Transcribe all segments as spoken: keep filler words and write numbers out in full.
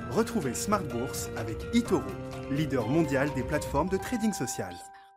Retrouvez Smart Bourse avec eToro, leader mondial des plateformes de trading social.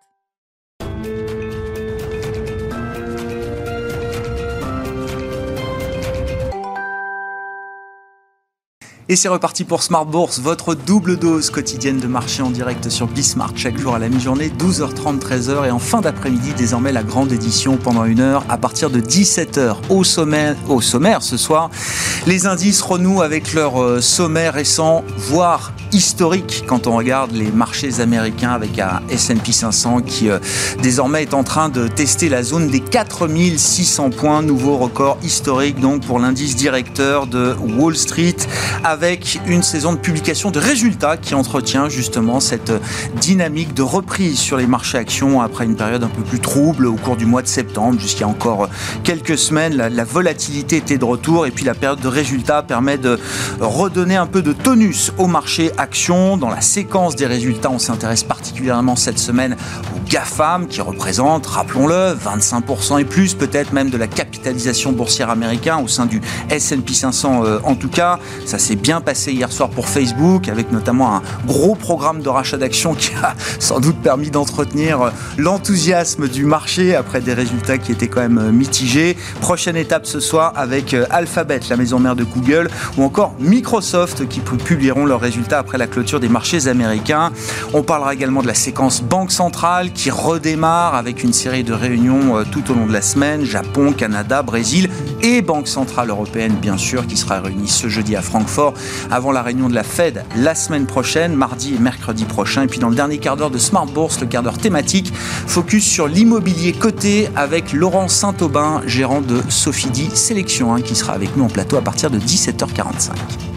Et c'est reparti pour Smart Bourse, votre double dose quotidienne de marché en direct sur Bismart, chaque jour à la mi-journée, douze heures trente, treize heures, et en fin d'après-midi, désormais la grande édition pendant une heure à partir de dix-sept heures. Au sommaire, au sommaire ce soir, les indices renouent avec leur sommet récent, voire historique quand on regarde les marchés américains avec un S and P cinq cents qui euh, désormais est en train de tester la zone des quatre mille six cents points, nouveau record historique donc pour l'indice directeur de Wall Street, avec une saison de publication de résultats qui entretient justement cette dynamique de reprise sur les marchés actions après une période un peu plus trouble au cours du mois de septembre. Jusqu'à encore quelques semaines, la, la volatilité était de retour et puis la période de résultats permet de redonner un peu de tonus au marché actions. Dans la séquence des résultats, on s'intéresse particulièrement cette semaine aux GAFAM qui représentent, rappelons-le, vingt-cinq pour cent et plus peut-être même de la capitalisation boursière américaine au sein du S and P cinq cents euh, en tout cas. Ça s'est bien passé hier soir pour Facebook avec notamment un gros programme de rachat d'actions qui a sans doute permis d'entretenir l'enthousiasme du marché après des résultats qui étaient quand même mitigés. Prochaine étape ce soir avec Alphabet, la maison mère de Google, ou encore Microsoft qui publieront leurs résultats après la clôture des marchés américains. On parlera également de la séquence Banque centrale qui redémarre avec une série de réunions tout au long de la semaine. Japon, Canada, Brésil et Banque centrale européenne bien sûr qui sera réunie ce jeudi à Francfort avant la réunion de la Fed la semaine prochaine, mardi et mercredi prochain. Et puis dans le dernier quart d'heure de Smart Bourse, le quart d'heure thématique, focus sur l'immobilier coté avec Laurent Saint-Aubin, gérant de Sofidy Sélection, hein, qui sera avec nous en plateau à partir de dix-sept heures quarante-cinq.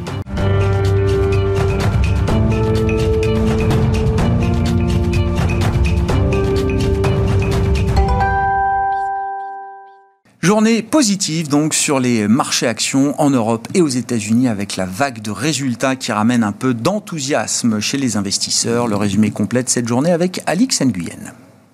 Journée positive donc sur les marchés actions en Europe et aux États-Unis avec la vague de résultats qui ramène un peu d'enthousiasme chez les investisseurs. Le résumé complet de cette journée avec Alix Nguyen.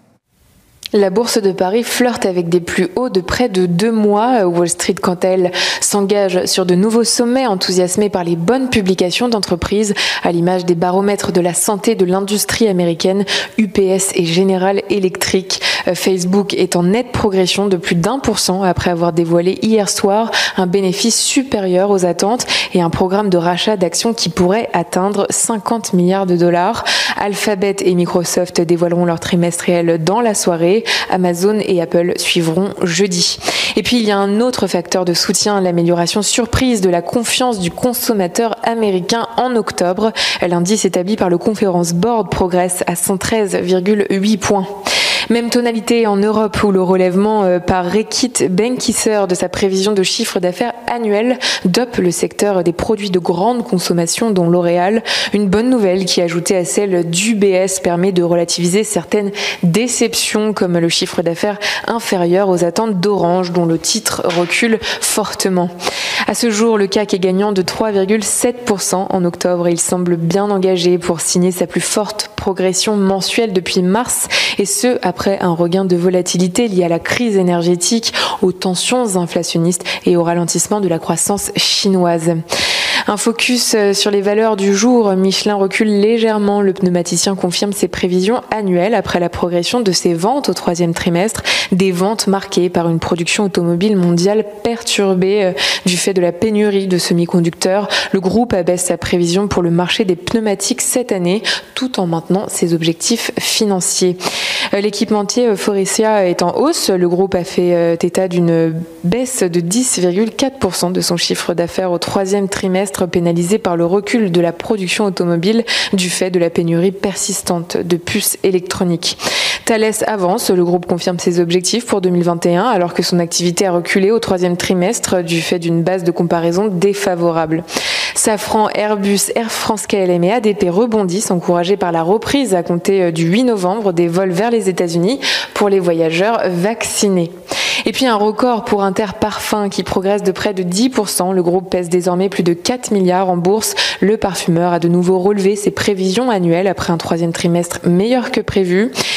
La bourse de Paris flirte avec des plus hauts de près de deux mois. Wall Street, quant à elle, s'engage sur de nouveaux sommets enthousiasmés par les bonnes publications d'entreprises, à l'image des baromètres de la santé de l'industrie américaine, U P S et General Electric. Facebook est en nette progression de plus d'un pour cent après avoir dévoilé hier soir un bénéfice supérieur aux attentes et un programme de rachat d'actions qui pourrait atteindre cinquante milliards de dollars. Alphabet et Microsoft dévoileront leur trimestriel dans la soirée. Amazon et Apple suivront jeudi. Et puis il y a un autre facteur de soutien, l'amélioration surprise de la confiance du consommateur américain en octobre. L'indice établi par le Conference Board progresse à cent treize virgule huit points. Même tonalité en Europe où le relèvement par Reckitt Benckiser de sa prévision de chiffre d'affaires annuel dope le secteur des produits de grande consommation dont L'Oréal. Une bonne nouvelle qui, ajoutée à celle d'U B S, permet de relativiser certaines déceptions comme le chiffre d'affaires inférieur aux attentes d'Orange dont le titre recule fortement. À ce jour, le C A C est gagnant de trois virgule sept pour cent en octobre et il semble bien engagé pour signer sa plus forte progression mensuelle depuis mars et ce après un regain de volatilité lié à la crise énergétique, aux tensions inflationnistes et au ralentissement de la croissance chinoise. Un focus sur les valeurs du jour. Michelin recule légèrement. Le pneumaticien confirme ses prévisions annuelles après la progression de ses ventes au troisième trimestre. Des ventes marquées par une production automobile mondiale perturbée du fait de la pénurie de semi-conducteurs. Le groupe abaisse sa prévision pour le marché des pneumatiques cette année, tout en maintenant ses objectifs financiers. L'équipementier Faurecia est en hausse. Le groupe a fait état d'une baisse de dix virgule quatre pour cent de son chiffre d'affaires au troisième trimestre, pénalisé par le recul de la production automobile du fait de la pénurie persistante de puces électroniques. Thales avance, le groupe confirme ses objectifs pour deux mille vingt et un alors que son activité a reculé au troisième trimestre du fait d'une base de comparaison défavorable. Safran, Airbus, Air France K L M et A D P rebondissent, encouragés par la reprise à compter du huit novembre des vols vers les États-Unis pour les voyageurs vaccinés. Et puis un record pour Interparfums qui progresse de près de dix pour cent. Le groupe pèse désormais plus de quatre milliards en bourse. Le parfumeur a de nouveau relevé ses prévisions annuelles après un troisième trimestre meilleur que prévu.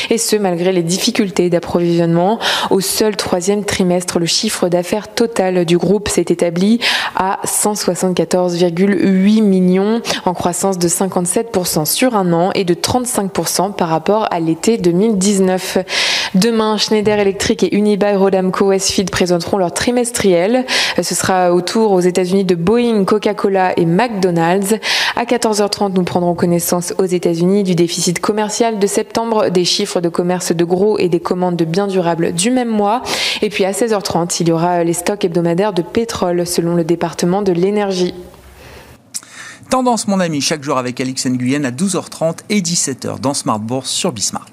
et ce malgré les difficultés d'approvisionnement. Au seul troisième trimestre, le chiffre d'affaires total du groupe s'est établi à cent soixante-quatorze virgule huit millions, en croissance de cinquante-sept pour cent sur un an et de trente-cinq pour cent par rapport à l'été deux mille dix-neuf. Demain, Schneider Electric et Unibail-Rodamco Westfield présenteront leur trimestriel. Ce sera au tour aux États-Unis de Boeing, Coca-Cola et McDonald's. À quatorze heures trente, nous prendrons connaissance aux États-Unis du déficit commercial de septembre, des chiffres de commerce de gros et des commandes de biens durables du même mois. Et puis à seize heures trente, il y aura les stocks hebdomadaires de pétrole selon le département de l'énergie. Tendance, mon ami, chaque jour avec Alix Nguyen à douze heures trente et dix-sept heures dans Smart Bourse sur Bismart.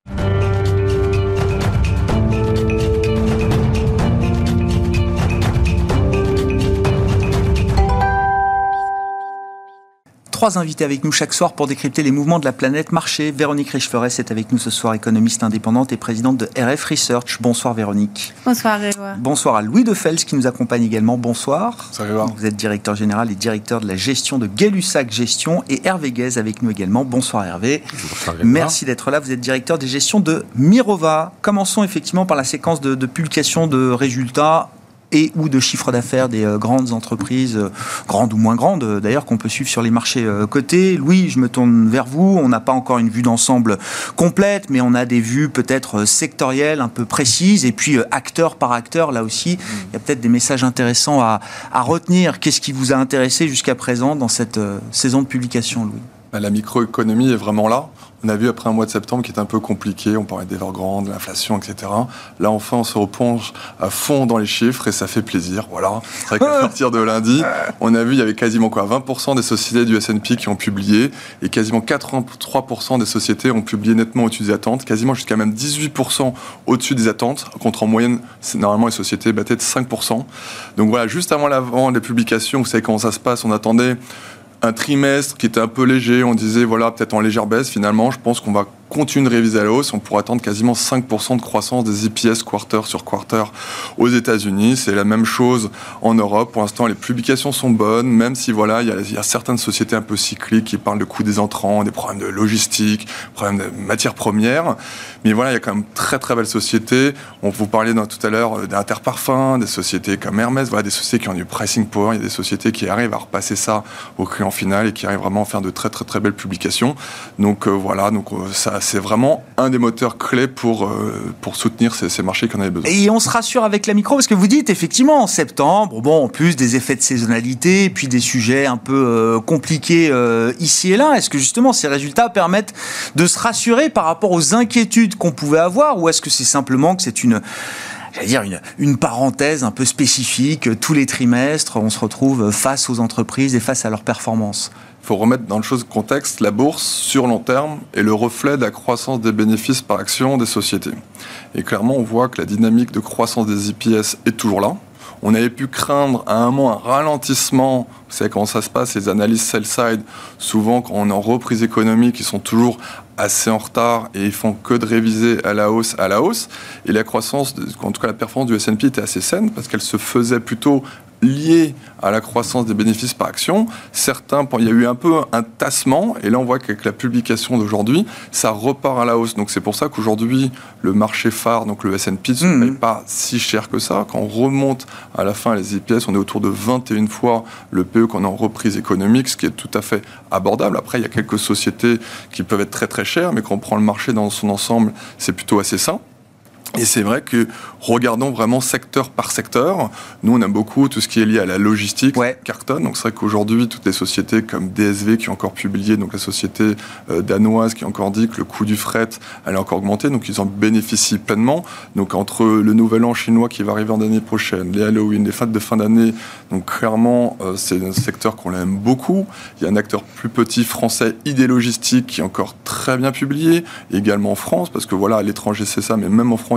Trois invités avec nous chaque soir pour décrypter les mouvements de la planète marché. Véronique Riche-Forest est avec nous ce soir, économiste indépendante et présidente de R F Research. Bonsoir Véronique. Bonsoir Grégoire. Bonsoir à Louis Defels qui nous accompagne également. Bonsoir. Bonsoir. Vous êtes directeur général et directeur de la gestion de Gay-Lussac Gestion, et Hervé Guez avec nous également. Bonsoir Hervé. Bonsoir Merci d'être là. Vous êtes directeur des gestions de Mirova. Commençons effectivement par la séquence de, de publication de résultats et ou de chiffre d'affaires des euh, grandes entreprises, euh, grandes ou moins grandes euh, d'ailleurs, qu'on peut suivre sur les marchés euh, cotés. Louis, je me tourne vers vous. On n'a pas encore une vue d'ensemble complète, mais on a des vues peut-être euh, sectorielles, un peu précises, et puis euh, acteur par acteur, là aussi, mmh. il y a peut-être des messages intéressants à, à retenir. Qu'est-ce qui vous a intéressé jusqu'à présent dans cette euh, saison de publication, Louis ? La microéconomie est vraiment là. On a vu après un mois de septembre qui était un peu compliqué, on parlait d'Evergrande, de l'inflation, et cetera. Là, enfin, on se replonge à fond dans les chiffres et ça fait plaisir. Voilà. C'est vrai qu'à partir de lundi, on a vu, il y avait quasiment quoi, vingt pour cent des sociétés du S and P qui ont publié et quasiment quatre-vingt-trois pour cent des sociétés ont publié nettement au-dessus des attentes, quasiment jusqu'à même dix-huit pour cent au-dessus des attentes, contre en moyenne, c'est, normalement, les sociétés battaient de cinq pour cent. Donc voilà, juste avant l'avant des publications, vous savez comment ça se passe, on attendait un trimestre qui était un peu léger, on disait voilà peut-être en légère baisse. Finalement, je pense qu'on va continuer de réviser à la hausse. On pourra attendre quasiment cinq pour cent de croissance des E P S quarter sur quarter aux États-Unis. C'est la même chose en Europe. Pour l'instant, les publications sont bonnes, même si voilà, il y a, il y a certaines sociétés un peu cycliques qui parlent de coût des entrants, des problèmes de logistique, problèmes de matières premières. Mais voilà, il y a quand même très très belles sociétés. On vous parlait dans, tout à l'heure d'Interparfums, des sociétés comme Hermès, voilà, des sociétés qui ont du pricing power. Il y a des sociétés qui arrivent à repasser ça au client final et qui arrivent vraiment à faire de très très très belles publications. Donc euh, voilà, donc euh, ça c'est vraiment un des moteurs clés pour, euh, pour soutenir ces, ces marchés qui en avaient besoin. Et on se rassure avec la micro, parce que vous dites effectivement en septembre, bon, en plus des effets de saisonnalité, et puis des sujets un peu euh, compliqués euh, ici et là, est-ce que justement ces résultats permettent de se rassurer par rapport aux inquiétudes qu'on pouvait avoir, ou est-ce que c'est simplement que c'est une... J'allais dire une, une parenthèse un peu spécifique, tous les trimestres, on se retrouve face aux entreprises et face à leurs performances? Il faut remettre dans le chose contexte, la bourse, sur long terme, est le reflet de la croissance des bénéfices par action des sociétés. Et clairement, on voit que la dynamique de croissance des E P S est toujours là. On avait pu craindre à un moment un ralentissement. Vous savez comment ça se passe, les analyses sell-side, souvent quand on est en reprise économique, ils sont toujours assez en retard et ils font que de réviser à la hausse, à la hausse. Et la croissance, en tout cas la performance du S and P était assez saine parce qu'elle se faisait plutôt liée à la croissance des bénéfices par action. Certains, il y a eu un peu un tassement et là on voit qu'avec la publication d'aujourd'hui, ça repart à la hausse. Donc c'est pour ça qu'aujourd'hui, le marché phare, donc le S and P, ne se mmh. paye pas si cher que ça. Quand on remonte à la fin les E P S, on est autour de vingt et une fois le P E qu'on est en reprise économique, ce qui est tout à fait abordable. Après, il y a quelques sociétés qui peuvent être très très chères, mais quand on prend le marché dans son ensemble, c'est plutôt assez sain. Et c'est vrai que, regardons vraiment secteur par secteur, nous on aime beaucoup tout ce qui est lié à la logistique, ouais. cartonne. Donc c'est vrai qu'aujourd'hui, toutes les sociétés comme D S V qui ont encore publié, donc la société euh, danoise qui a encore dit que le coût du fret allait encore augmenter, donc ils en bénéficient pleinement. Donc entre le nouvel an chinois qui va arriver en année prochaine, les Halloween, les fêtes de fin d'année, donc clairement euh, c'est un secteur qu'on aime beaucoup. Il y a un acteur plus petit français, I D Logistique, qui est encore très bien publié, également en France, parce que voilà, à l'étranger c'est ça, mais même en France,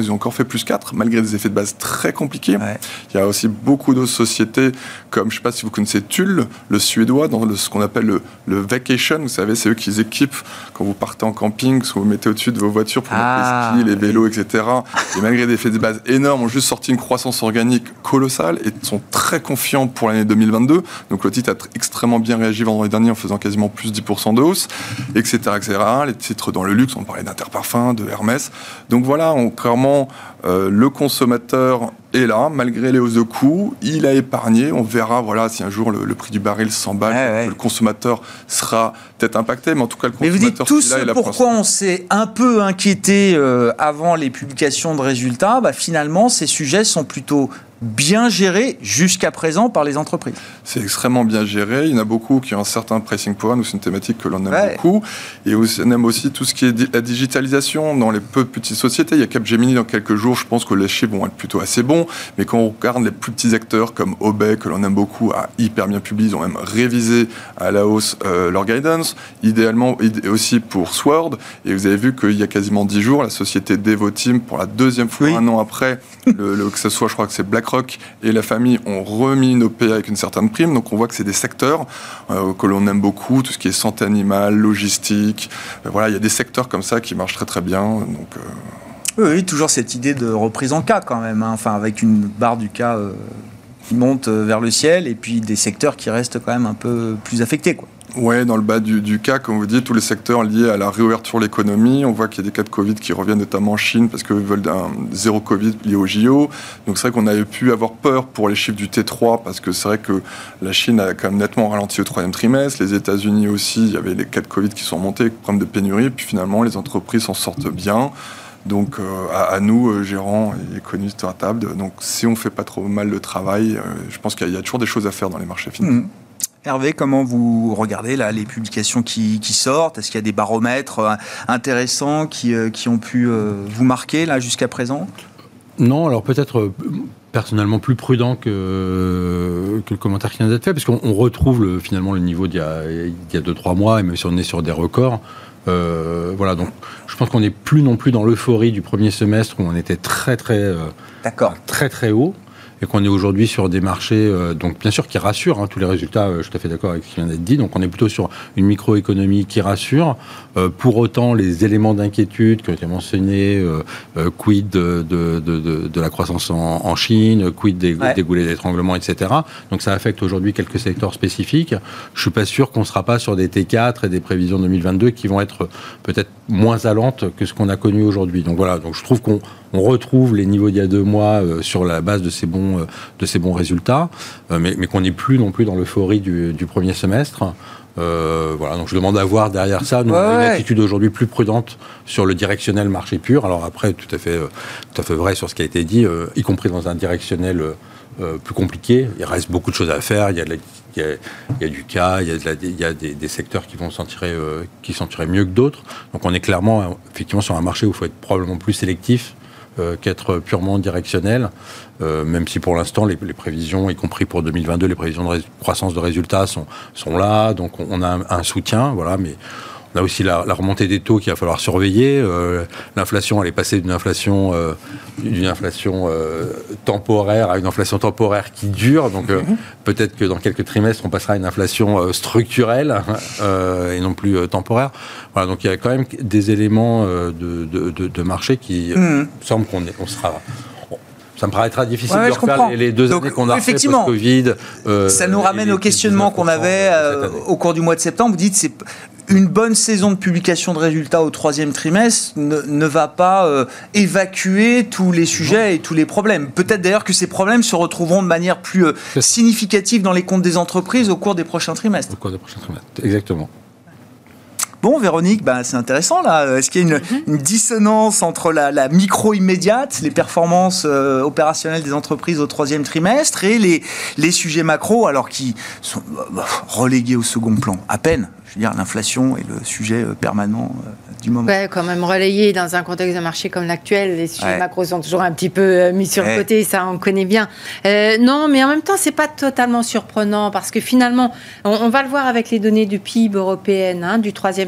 ils ont encore fait plus quatre, malgré des effets de base très compliqués. Ouais. Il y a aussi beaucoup d'autres sociétés, comme, je ne sais pas si vous connaissez Tulle, le suédois, dans le, ce qu'on appelle le, le vacation. Vous savez, c'est eux qui équipent quand vous partez en camping, ce que vous mettez au-dessus de vos voitures pour Ah, mettre les skis, les vélos, et cetera. Et malgré des effets de base énormes, ont juste sorti une croissance organique colossale et sont très confiants pour l'année deux mille vingt-deux. Donc le titre a extrêmement bien réagi vendredi dernier en faisant quasiment plus dix pour cent de hausse, et cetera, et cetera. Les titres dans le luxe, on parlait d'Interparfum, de Hermès. Donc voilà, on, clairement, euh, le consommateur est là, malgré les hausses de coûts, il a épargné. On verra, voilà, si un jour le, le prix du baril s'emballe, ouais, ouais. le consommateur sera peut-être impacté, mais en tout cas, le Mais consommateur... vous dites tous là, il a pourquoi on s'est un peu inquiété euh, avant les publications de résultats. Bah, finalement, ces sujets sont plutôt bien gérés jusqu'à présent par les entreprises. C'est extrêmement bien géré. Il y en a beaucoup qui ont un certain pricing power. Nous, c'est une thématique que l'on aime ouais. beaucoup. Et on aime aussi tout ce qui est di- la digitalisation dans les peu petites sociétés. Il y a Capgemini dans quelques jours. Je pense que les chiffres vont être plutôt assez bons. Mais quand on regarde les plus petits acteurs comme Obey, que l'on aime beaucoup, a hyper bien publié. Ils ont même révisé à la hausse euh, leur guidance. Idéalement idé- aussi pour Sword. Et vous avez vu qu'il y a quasiment dix jours, la société Devoteam, pour la deuxième fois, oui. un an après, le, le, que ce soit, je crois que c'est BlackRock et la famille ont remis une O P A avec une certaine prime. Donc on voit que c'est des secteurs euh, que l'on aime beaucoup, tout ce qui est santé animale, logistique. Euh, voilà, il y a des secteurs comme ça qui marchent très très bien. Donc, euh... oui, oui, toujours cette idée de reprise en cas quand même, hein. Enfin, avec une barre du cas euh, qui monte vers le ciel et puis des secteurs qui restent quand même un peu plus affectés, quoi. Oui, dans le bas du, du cas, comme vous dites, tous les secteurs liés à la réouverture de l'économie. On voit qu'il y a des cas de Covid qui reviennent notamment en Chine parce qu'ils veulent un zéro Covid lié au J O. Donc c'est vrai qu'on avait pu avoir peur pour les chiffres du T trois parce que c'est vrai que la Chine a quand même nettement ralenti au troisième trimestre. Les États-Unis aussi, il y avait les cas de Covid qui sont montés, problème de pénurie. Et puis finalement, les entreprises s'en sortent bien. Donc euh, à, à nous, euh, gérants et économistes à table. Donc si on ne fait pas trop mal le travail, euh, je pense qu'il y a toujours des choses à faire dans les marchés financiers. Mmh. Hervé, comment vous regardez là les publications qui, qui sortent ? Est-ce qu'il y a des baromètres euh, intéressants qui, euh, qui ont pu euh, vous marquer là jusqu'à présent ? Non, alors peut-être euh, personnellement plus prudent que, que le commentaire qui vient d'être fait, parce qu'on on retrouve le, finalement le niveau d'il y a, il y a deux trois mois, et même si on est sur des records. Euh, voilà, donc je pense qu'on n'est plus non plus dans l'euphorie du premier semestre où on était très très, euh, D'accord. très, très haut. Et qu'on est aujourd'hui sur des marchés, euh, donc bien sûr qui rassurent, hein, tous les résultats, euh, je suis tout à fait d'accord avec ce qui vient d'être dit, donc on est plutôt sur une microéconomie qui rassure. Euh, pour autant, les éléments d'inquiétude qui ont été mentionnés, euh, euh, quid de, de, de, de, de la croissance en, en Chine, quid des, ouais. des goulets d'étranglement, et cetera. Donc ça affecte aujourd'hui quelques secteurs spécifiques. Je suis pas sûr qu'on ne sera pas sur des T quatre et des prévisions deux mille vingt-deux qui vont être peut-être moins allantes que ce qu'on a connu aujourd'hui. Donc voilà, donc je trouve qu'on on retrouve les niveaux d'il y a deux mois euh, sur la base de ces bons, euh, de ces bons résultats, euh, mais, mais qu'on n'est plus non plus dans l'euphorie du, du premier semestre. Euh, voilà, donc je demande à voir derrière ça. Nous, ouais, on a une attitude aujourd'hui plus prudente sur le directionnel marché pur. Alors après, tout à fait, euh, tout à fait vrai sur ce qui a été dit, euh, y compris dans un directionnel euh, plus compliqué. Il reste beaucoup de choses à faire. Il y a, de la, il y a, il y a du cas, il y a, de la, il y a des, des secteurs qui vont s'en tirer, euh, qui s'en tirer mieux que d'autres. Donc on est clairement, effectivement, sur un marché où il faut être probablement plus sélectif. Euh, qu'être purement directionnel, euh, même si pour l'instant les, les prévisions, y compris pour deux mille vingt-deux, les prévisions de ré- croissance de résultats sont, sont là, donc on, on a un, un soutien, voilà, mais on a aussi la, la remontée des taux qu'il va falloir surveiller. Euh, l'inflation, elle est passée d'une inflation, euh, d'une inflation euh, temporaire à une inflation temporaire qui dure. Donc euh, mmh. peut-être que dans quelques trimestres, on passera à une inflation euh, structurelle euh, et non plus euh, temporaire. Voilà, donc il y a quand même des éléments euh, de, de, de, de marché qui mmh. semblent qu'on est, on sera... Ça me paraîtra difficile ouais, de refaire les, les deux Donc, années qu'on a fait post-Covid. Euh, ça nous ramène au questionnement qu'on avait euh, au cours du mois de septembre. Vous dites c'est une bonne saison de publication de résultats au troisième trimestre ne, ne va pas euh, évacuer tous les sujets non. et tous les problèmes. Peut-être d'ailleurs que ces problèmes se retrouveront de manière plus euh, significative dans les comptes des entreprises au cours des prochains trimestres. Au cours des prochains trimestres, exactement. Bon, Véronique, bah, c'est intéressant là. Est-ce qu'il y a une, mm-hmm. une dissonance entre la, la micro-immédiate, les performances euh, opérationnelles des entreprises au troisième trimestre et les, les sujets macro, alors qui sont bah, relégués au second plan, à peine. Je veux dire, l'inflation est le sujet euh, permanent euh, du moment. Ouais, quand même relayé dans un contexte de marché comme l'actuel. Les sujets ouais. macro sont toujours un petit peu euh, mis sur ouais. le côté, ça on connaît bien. Euh, non, mais en même temps, c'est pas totalement surprenant parce que finalement, on, on va le voir avec les données du P I B européenne hein, du troisième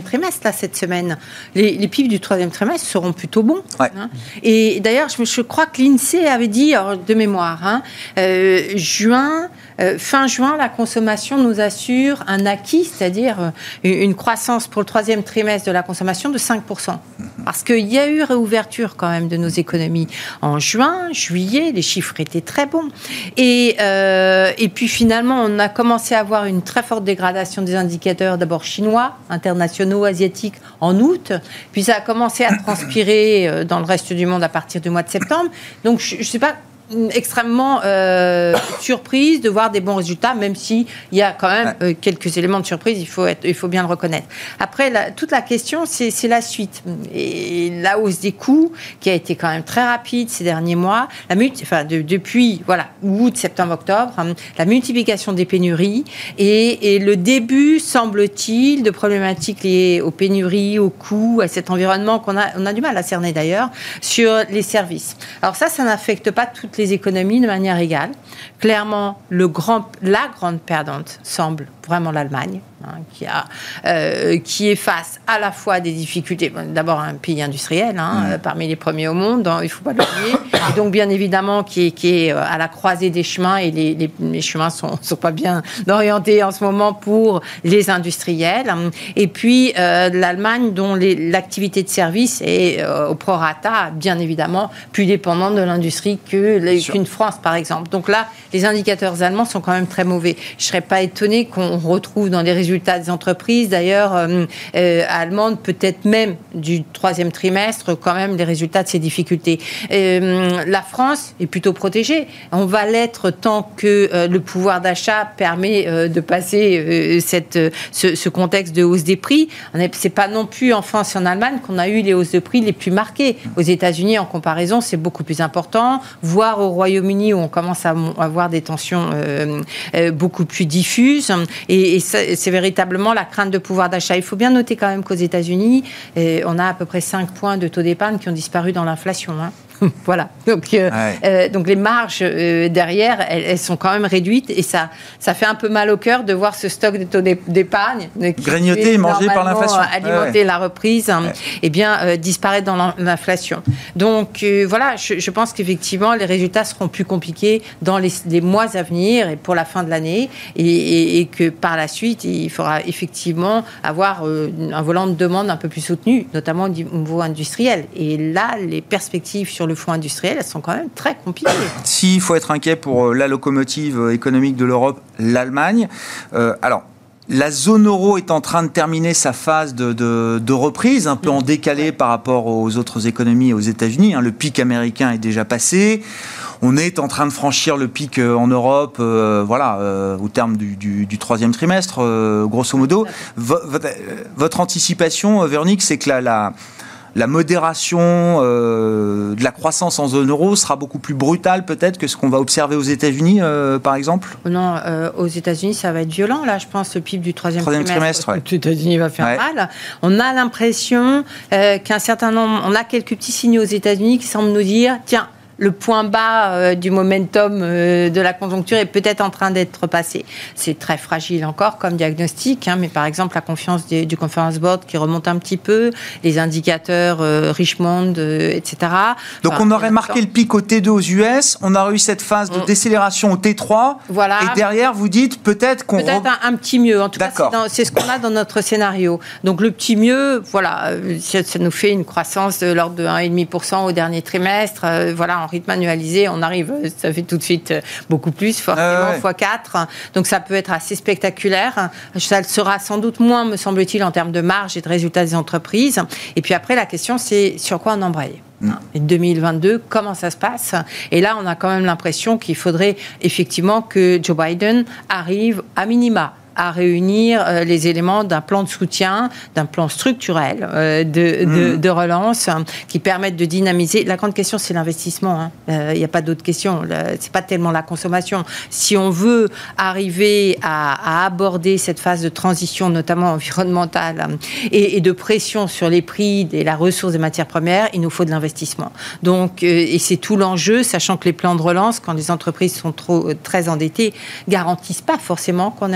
trimestre, là, cette semaine. Les, les P I B du troisième trimestre seront plutôt bons. Ouais. Hein. Et d'ailleurs, je, je crois que l'INSEE avait dit, alors, de mémoire, hein, euh, juin, euh, fin juin, la consommation nous assure un acquis, c'est-à-dire euh, une croissance pour le troisième trimestre de la consommation de cinq pour cent. Parce qu'il y a eu réouverture quand même de nos économies en juin, juillet, les chiffres étaient très bons. Et, euh, et puis finalement, on a commencé à avoir une très forte dégradation des indicateurs, d'abord chinois, internationaux, asiatiques en août, puis ça a commencé à transpirer dans le reste du monde à partir du mois de septembre. Donc je ne sais pas extrêmement euh, surprise de voir des bons résultats, même s'il y a quand même euh, quelques éléments de surprise, il faut, être, il faut bien le reconnaître. Après, la, toute la question, c'est, c'est la suite. Et la hausse des coûts, qui a été quand même très rapide ces derniers mois, la multi- enfin, de, depuis voilà, août, septembre, octobre, hein, la multiplication des pénuries et, et le début, semble-t-il, de problématiques liées aux pénuries, aux coûts, à cet environnement qu'on a, on a du mal à cerner d'ailleurs, sur les services. Alors ça, ça n'affecte pas toutes les économies de manière égale. Clairement, le grand, la grande perdante semble vraiment l'Allemagne, hein, qui, a, euh, qui est face à la fois à des difficultés, bon, d'abord un pays industriel, hein, mmh. euh, parmi les premiers au monde, hein, il ne faut pas l'oublier, et donc bien évidemment qui est, qui est à la croisée des chemins, et les, les, les chemins ne sont, sont pas bien orientés en ce moment pour les industriels. Et puis euh, l'Allemagne, dont les, l'activité de service est euh, au prorata, bien évidemment, plus dépendante de l'industrie que, les, qu'une France, par exemple. Donc là, les indicateurs allemands sont quand même très mauvais. Je ne serais pas étonnée qu'on retrouve dans les résultats des entreprises, d'ailleurs, euh, euh, allemandes, peut-être même du troisième trimestre, quand même, les résultats de ces difficultés. Euh, la France est plutôt protégée. On va l'être tant que euh, le pouvoir d'achat permet euh, de passer euh, cette, ce, ce contexte de hausse des prix. C'est pas non plus en France et en Allemagne qu'on a eu les hausses de prix les plus marquées. Aux États-Unis, en comparaison, c'est beaucoup plus important, voire au Royaume-Uni, où on commence à avoir des tensions euh, euh, beaucoup plus diffuses. Et, et c'est, c'est véritablement la crainte de pouvoir d'achat. Il faut bien noter quand même qu'aux États-Unis, euh, on a à peu près cinq points de taux d'épargne qui ont disparu dans l'inflation. Hein. Voilà. Donc, euh, ouais. euh, donc les marges euh, derrière, elles, elles sont quand même réduites et ça, ça fait un peu mal au cœur de voir ce stock de taux d'épargne euh, qui grignoté et mangé par l'inflation, alimenter ouais. la reprise, hein, ouais. et bien euh, disparaître dans l'inflation. Donc euh, voilà, je, je pense qu'effectivement les résultats seront plus compliqués dans les, les mois à venir et pour la fin de l'année, et, et, et que par la suite il faudra effectivement avoir euh, un volant de demande un peu plus soutenu, notamment au niveau industriel. Et là, les perspectives sur le front industriel, elles sont quand même très compliquées. S'il faut être inquiet pour la locomotive économique de l'Europe, l'Allemagne, euh, alors la zone euro est en train de terminer sa phase de, de, de reprise, un peu en décalé par rapport aux autres économies et aux États-Unis. Hein, le pic américain est déjà passé. On est en train de franchir le pic en Europe, euh, voilà, euh, au terme du, du, du troisième trimestre, euh, grosso modo. V- votre, votre anticipation, Véronique, c'est que la, la La modération euh, de la croissance en zone euro sera beaucoup plus brutale peut-être que ce qu'on va observer aux États-Unis, euh, par exemple ? Non, euh, aux États-Unis, ça va être violent. Là, je pense, le P I B du troisième, troisième trimestre, trimestre, ouais. aux États-Unis va faire ouais. mal. On a l'impression euh, qu'un certain nombre, on a quelques petits signaux aux États-Unis qui semblent nous dire, tiens, le point bas euh, du momentum euh, de la conjoncture est peut-être en train d'être passé. C'est très fragile encore comme diagnostic, hein, mais par exemple la confiance des, du Conference Board qui remonte un petit peu, les indicateurs euh, Richmond, euh, et cetera. Donc enfin, on aurait marqué le pic au T deux aux U S, on a eu cette phase de on... décélération au T trois, voilà. Et derrière vous dites peut-être qu'on... Peut-être re... un, un petit mieux, en tout D'accord. cas c'est, dans, c'est ce qu'on a dans notre scénario. Donc le petit mieux, voilà, ça, ça nous fait une croissance de l'ordre de un virgule cinq pour cent au dernier trimestre, euh, voilà, en rythme annualisé, on arrive, ça fait tout de suite beaucoup plus, forcément, ah ouais. fois quatre. Donc ça peut être assez spectaculaire. Ça le sera sans doute moins, me semble-t-il, en termes de marge et de résultats des entreprises. Et puis après, la question, c'est sur quoi on embraye. Mmh. Et deux mille vingt-deux, comment ça se passe ? Et là, on a quand même l'impression qu'il faudrait effectivement que Joe Biden arrive à minima à réunir euh, les éléments d'un plan de soutien, d'un plan structurel euh, de, de, mmh. de relance hein, qui permettent de dynamiser. La grande question, c'est l'investissement. Il hein. n'y euh, a pas d'autre question. Ce n'est pas tellement la consommation. Si on veut arriver à, à aborder cette phase de transition, notamment environnementale, hein, et, et de pression sur les prix et la ressource des matières premières, il nous faut de l'investissement. Donc, euh, et c'est tout l'enjeu, sachant que les plans de relance, quand les entreprises sont trop, euh, très endettées, garantissent pas forcément qu'on ait un relais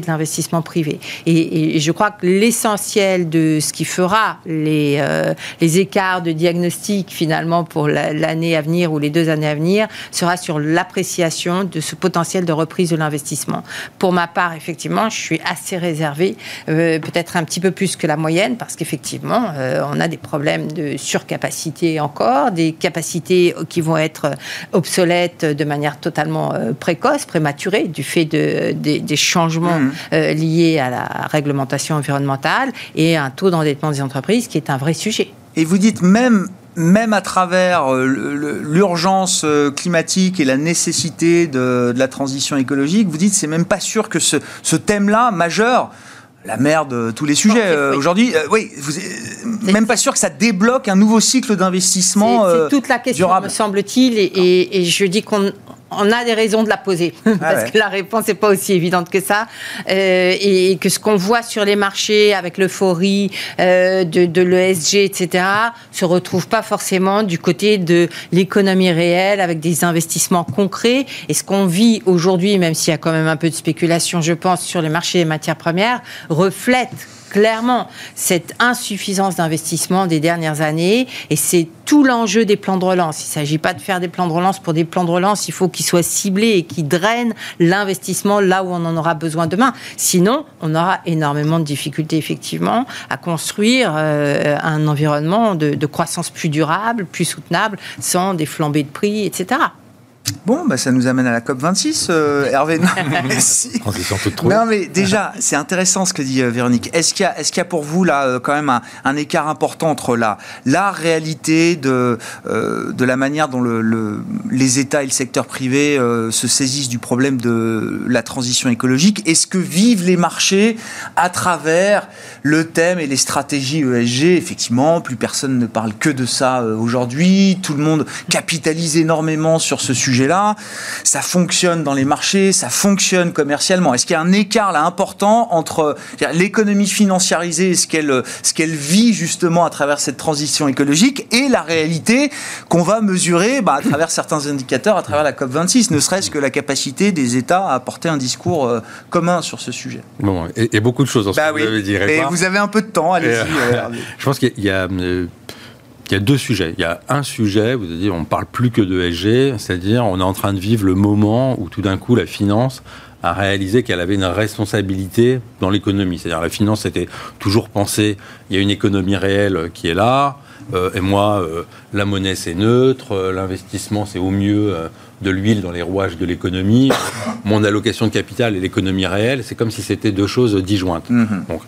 de l'investissement privé. Et, et je crois que l'essentiel de ce qui fera les, euh, les écarts de diagnostic finalement pour la, l'année à venir ou les deux années à venir sera sur l'appréciation de ce potentiel de reprise de l'investissement. Pour ma part, effectivement, je suis assez réservée, euh, peut-être un petit peu plus que la moyenne, parce qu'effectivement, euh, on a des problèmes de surcapacité encore, des capacités qui vont être obsolètes de manière totalement euh, précoce, prématurée, du fait de, de, des changements mmh. euh, liés à la réglementation environnementale et un taux d'endettement des entreprises qui est un vrai sujet. Et vous dites même... Même à travers l'urgence climatique et la nécessité de, de la transition écologique, vous dites que c'est même pas sûr que ce, ce thème-là, majeur, la mère de tous les sujets euh, aujourd'hui, euh, oui, vous n'êtes même pas sûr que ça débloque un nouveau cycle d'investissement durable. C'est toute la question, durable. Me semble-t-il, et, et, et je dis qu'on on a des raisons de la poser, parce ah ouais. que la réponse n'est pas aussi évidente que ça, euh, et que ce qu'on voit sur les marchés avec l'euphorie euh, de, de l'E S G, et cetera, se retrouve pas forcément du côté de l'économie réelle, avec des investissements concrets. Et ce qu'on vit aujourd'hui, même s'il y a quand même un peu de spéculation, je pense, sur les marchés des matières premières, reflète clairement cette insuffisance d'investissement des dernières années, et c'est tout l'enjeu des plans de relance. Il ne s'agit pas de faire des plans de relance pour des plans de relance, il faut qu'ils soient ciblés et qu'ils drainent l'investissement là où on en aura besoin demain. Sinon, on aura énormément de difficultés effectivement à construire euh, un environnement de, de croissance plus durable, plus soutenable, sans des flambées de prix, et cetera. Bon, bah ça nous amène à la COP vingt-six, euh, Hervé. Non, mais, si. non, mais déjà, c'est intéressant ce que dit euh, Véronique. Est-ce qu'il y a, est-ce qu'il y a pour vous là euh, quand même un, un écart important entre la, la réalité de, euh, de la manière dont le, le, les États et le secteur privé euh, se saisissent du problème de la transition écologique et ce que vivent les marchés à travers le thème et les stratégies E S G? Effectivement, plus personne ne parle que de ça euh, aujourd'hui. Tout le monde capitalise énormément sur ce sujet. Là, ça fonctionne dans les marchés, ça fonctionne commercialement. Est-ce qu'il y a un écart là important entre l'économie financiarisée et ce qu'elle, ce qu'elle vit justement à travers cette transition écologique et la réalité qu'on va mesurer bah, à travers certains indicateurs, à travers la COP vingt-six, ne serait-ce que la capacité des États à apporter un discours euh, commun sur ce sujet? Bon, et, et beaucoup de choses dans ce bah que oui. vous avez dit. Et vous avez un peu de temps, allez-y. Euh, je pense qu'il y a... Euh, Il y a deux sujets. Il y a un sujet, vous avez dit, on ne parle plus que de E S G, c'est-à-dire on est en train de vivre le moment où tout d'un coup la finance a réalisé qu'elle avait une responsabilité dans l'économie. C'est-à-dire la finance était toujours pensée, il y a une économie réelle qui est là, euh, et moi, euh, la monnaie c'est neutre, euh, l'investissement c'est au mieux euh, de l'huile dans les rouages de l'économie, mon allocation de capital et l'économie réelle, c'est comme si c'était deux choses disjointes. Mm-hmm. Donc,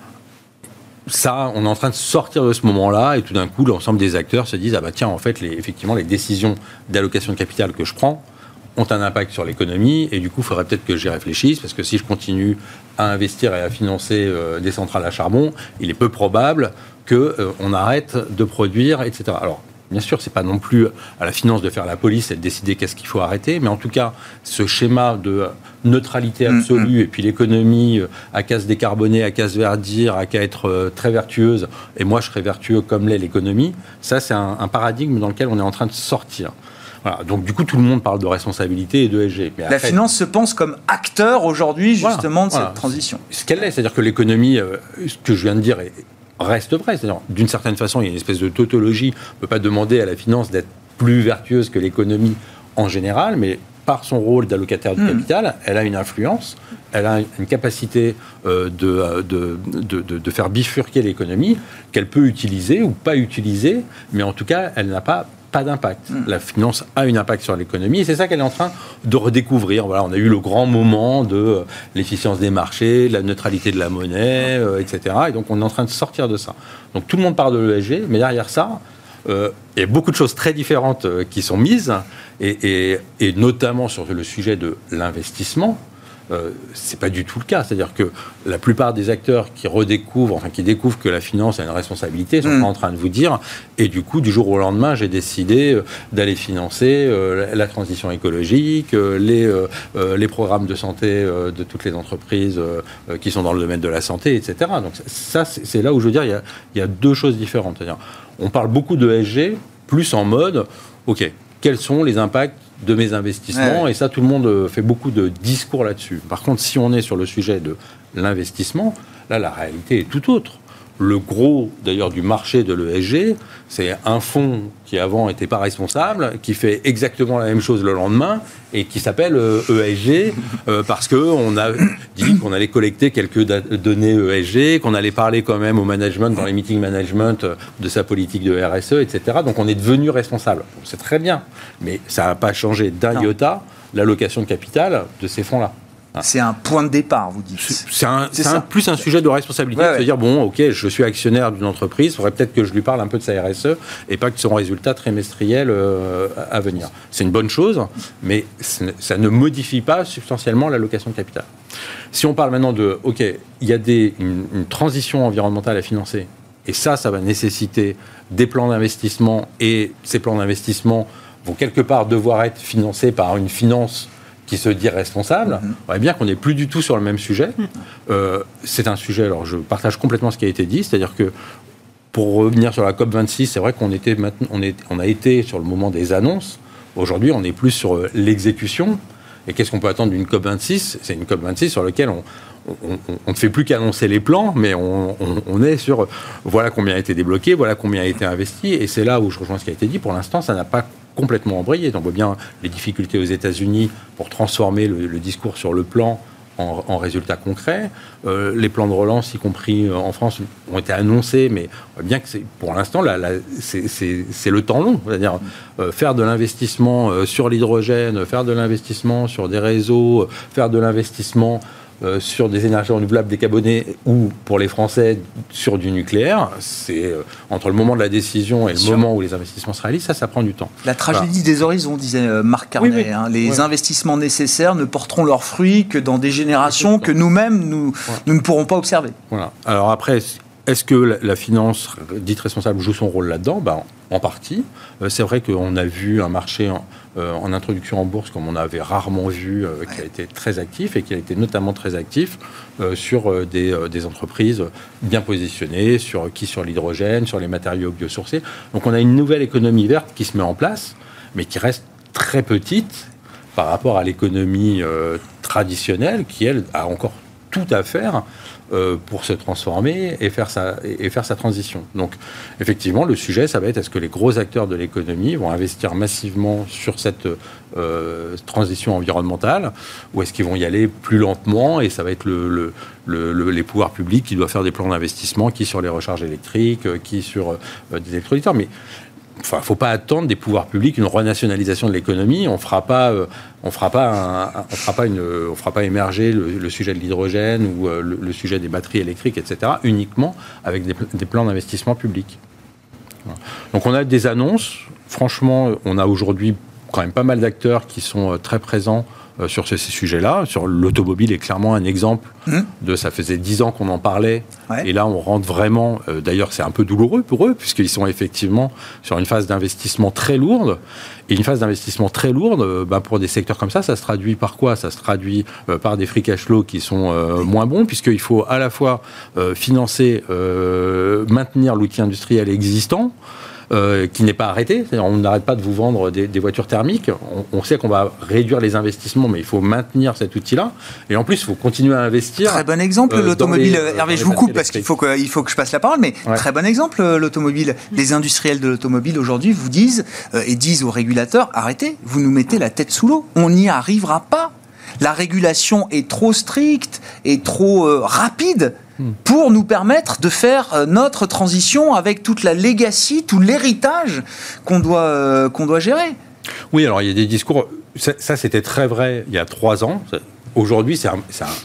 ça, on est en train de sortir de ce moment-là et tout d'un coup, l'ensemble des acteurs se disent « Ah bah tiens, en fait, les, effectivement, les décisions d'allocation de capital que je prends ont un impact sur l'économie et du coup, il faudrait peut-être que j'y réfléchisse parce que si je continue à investir et à financer euh, des centrales à charbon, il est peu probable qu'on euh, arrête de produire, et cetera » Alors, bien sûr, ce n'est pas non plus à la finance de faire la police et de décider qu'est-ce qu'il faut arrêter, mais en tout cas, ce schéma de neutralité absolue, mmh. et puis l'économie à qu'à se décarboner, à qu'à se verdir, à qu'à être très vertueuse, et moi je serai vertueux comme l'est l'économie, ça c'est un, un paradigme dans lequel on est en train de sortir. Voilà, donc du coup, tout le monde parle de responsabilité et de E S G. Mais la fait, finance se pense comme acteur aujourd'hui, justement, voilà, de cette voilà. transition. Ce qu'elle est, c'est-à-dire que l'économie, euh, ce que je viens de dire est reste vrai. C'est-à-dire, d'une certaine façon, il y a une espèce de tautologie. On ne peut pas demander à la finance d'être plus vertueuse que l'économie en général, mais par son rôle d'allocataire du mmh. capital, elle a une influence, elle a une capacité euh, de, de, de, de, de faire bifurquer l'économie qu'elle peut utiliser ou pas utiliser, mais en tout cas, elle n'a pas pas d'impact. Mmh. La finance a un impact sur l'économie et c'est ça qu'elle est en train de redécouvrir. Voilà, on a eu le grand moment de euh, l'efficience des marchés, de la neutralité de la monnaie, euh, et cetera. Et donc, on est en train de sortir de ça. Donc, tout le monde parle de l'E S G, mais derrière ça, euh, il y a beaucoup de choses très différentes euh, qui sont mises et, et, et notamment sur le sujet de l'investissement. Euh, c'est pas du tout le cas. C'est-à-dire que la plupart des acteurs qui redécouvrent, enfin qui découvrent que la finance a une responsabilité, sont mmh. en train de vous dire, et du coup, du jour au lendemain, j'ai décidé d'aller financer euh, la transition écologique, euh, les, euh, les programmes de santé euh, de toutes les entreprises euh, qui sont dans le domaine de la santé, et cetera. Donc ça, c'est, c'est là où je veux dire, il y a, il y a deux choses différentes. C'est-à-dire, on parle beaucoup de E S G, plus en mode, ok, quels sont les impacts de mes investissements, ouais. Et ça, tout le monde fait beaucoup de discours là-dessus. Par contre, si on est sur le sujet de l'investissement, là, la réalité est tout autre. Le gros, d'ailleurs, du marché de l'E S G, c'est un fonds qui, avant, n'était pas responsable, qui fait exactement la même chose le lendemain et qui s'appelle euh, E S G euh, parce qu'on a dit qu'on allait collecter quelques da- données E S G, qu'on allait parler quand même au management, dans les meetings management, euh, de sa politique de R S E, et cetera. Donc, on est devenu responsable. C'est très bien, mais ça n'a pas changé d'un iota l'allocation de capital de ces fonds-là. C'est un point de départ, vous dites. C'est, un, c'est, c'est un, plus un sujet de responsabilité, ouais, de se dire, bon, ok, je suis actionnaire d'une entreprise, il faudrait peut-être que je lui parle un peu de sa R S E et pas que de son résultat trimestriel euh, à venir. C'est une bonne chose, mais ça ne modifie pas substantiellement l'allocation de capital. Si on parle maintenant de, ok, il y a des, une, une transition environnementale à financer, et ça, ça va nécessiter des plans d'investissement, et ces plans d'investissement vont quelque part devoir être financés par une finance qui se dit responsable, mm-hmm. on voit bien qu'on n'est plus du tout sur le même sujet. Mm-hmm. Euh, c'est un sujet, alors je partage complètement ce qui a été dit, c'est-à-dire que pour revenir sur la COP vingt-six, c'est vrai qu'on était maintenant, on, est, on a été sur le moment des annonces. Aujourd'hui, on est plus sur l'exécution. Et qu'est-ce qu'on peut attendre d'une COP vingt-six ? C'est une COP vingt-six sur laquelle on, on, on, on ne fait plus qu'annoncer les plans, mais on, on, on est sur voilà combien a été débloqué, voilà combien a été investi. Et c'est là où je rejoins ce qui a été dit. Pour l'instant, ça n'a pas complètement embrayé. On voit bien les difficultés aux États-Unis pour transformer le, le discours sur le plan en, en résultats concrets. Euh, les plans de relance, y compris en France, ont été annoncés, mais on voit bien que c'est, pour l'instant, là, là, c'est, c'est, c'est le temps long. C'est-à-dire euh, faire de l'investissement euh, sur l'hydrogène, faire de l'investissement sur des réseaux, euh, faire de l'investissement Euh, sur des énergies renouvelables décarbonées ou, pour les Français, sur du nucléaire, c'est euh, entre le moment de la décision et le moment où les investissements se réalisent, ça, ça prend du temps. La tragédie voilà. des horizons, disait euh, Marc Carnet. Oui, oui. Hein, les ouais. investissements nécessaires ne porteront leurs fruits que dans des générations que nous-mêmes, nous, ouais. nous ne pourrons pas observer. Voilà. Alors après, est-ce que la, la finance dite responsable joue son rôle là-dedans ? Ben, en partie. Euh, c'est vrai qu'on a vu un marché en, euh, en introduction en bourse comme on avait rarement vu, euh, qui a été très actif et qui a été notamment très actif euh, sur euh, des, euh, des entreprises bien positionnées, sur, qui sur l'hydrogène, sur les matériaux biosourcés. Donc on a une nouvelle économie verte qui se met en place, mais qui reste très petite par rapport à l'économie euh, traditionnelle qui, elle, a encore tout à faire Euh, pour se transformer et faire, sa, et faire sa transition. Donc, effectivement, le sujet, ça va être est-ce que les gros acteurs de l'économie vont investir massivement sur cette euh, transition environnementale ou est-ce qu'ils vont y aller plus lentement et ça va être le, le, le, le, les pouvoirs publics qui doivent faire des plans d'investissement, qui sur les recharges électriques, qui sur euh, des électrolyteurs. Mais enfin, il ne faut pas attendre des pouvoirs publics une renationalisation de l'économie. On ne fera pas, euh, on fera pas, un, on fera pas, une, on fera pas émerger le, le sujet de l'hydrogène ou euh, le, le sujet des batteries électriques, et cetera, uniquement avec des, des plans d'investissement publics. Voilà. Donc on a des annonces. Franchement, on a aujourd'hui quand même pas mal d'acteurs qui sont euh, très présents euh, sur ces, ces sujets-là. Sur l'automobile est clairement un exemple mmh. de ça faisait dix ans qu'on en parlait. Ouais. Et là, on rentre vraiment... Euh, d'ailleurs, c'est un peu douloureux pour eux, puisqu'ils sont effectivement sur une phase d'investissement très lourde. Et une phase d'investissement très lourde, euh, bah, pour des secteurs comme ça, ça se traduit par quoi ? Ça se traduit euh, par des free cash flow qui sont euh, moins bons, puisqu'il faut à la fois euh, financer, euh, maintenir l'outil industriel existant, Euh, qui n'est pas arrêté. C'est-à-dire, on n'arrête pas de vous vendre des, des voitures thermiques. On, on sait qu'on va réduire les investissements, mais il faut maintenir cet outil-là. Et en plus, il faut continuer à investir. Très bon exemple, euh, l'automobile. Les, Hervé, je vous coupe parce qu'il faut que, il faut que je passe la parole, mais ouais. Très bon exemple, l'automobile. Les industriels de l'automobile aujourd'hui vous disent euh, et disent aux régulateurs, arrêtez, vous nous mettez la tête sous l'eau. On n'y arrivera pas. La régulation est trop stricte et trop euh, rapide pour nous permettre de faire notre transition avec toute la legacy, tout l'héritage qu'on doit, euh, qu'on doit gérer. Oui, alors il y a des discours... Ça, ça, c'était très vrai il y a trois ans. Aujourd'hui, c'est un, c'est un,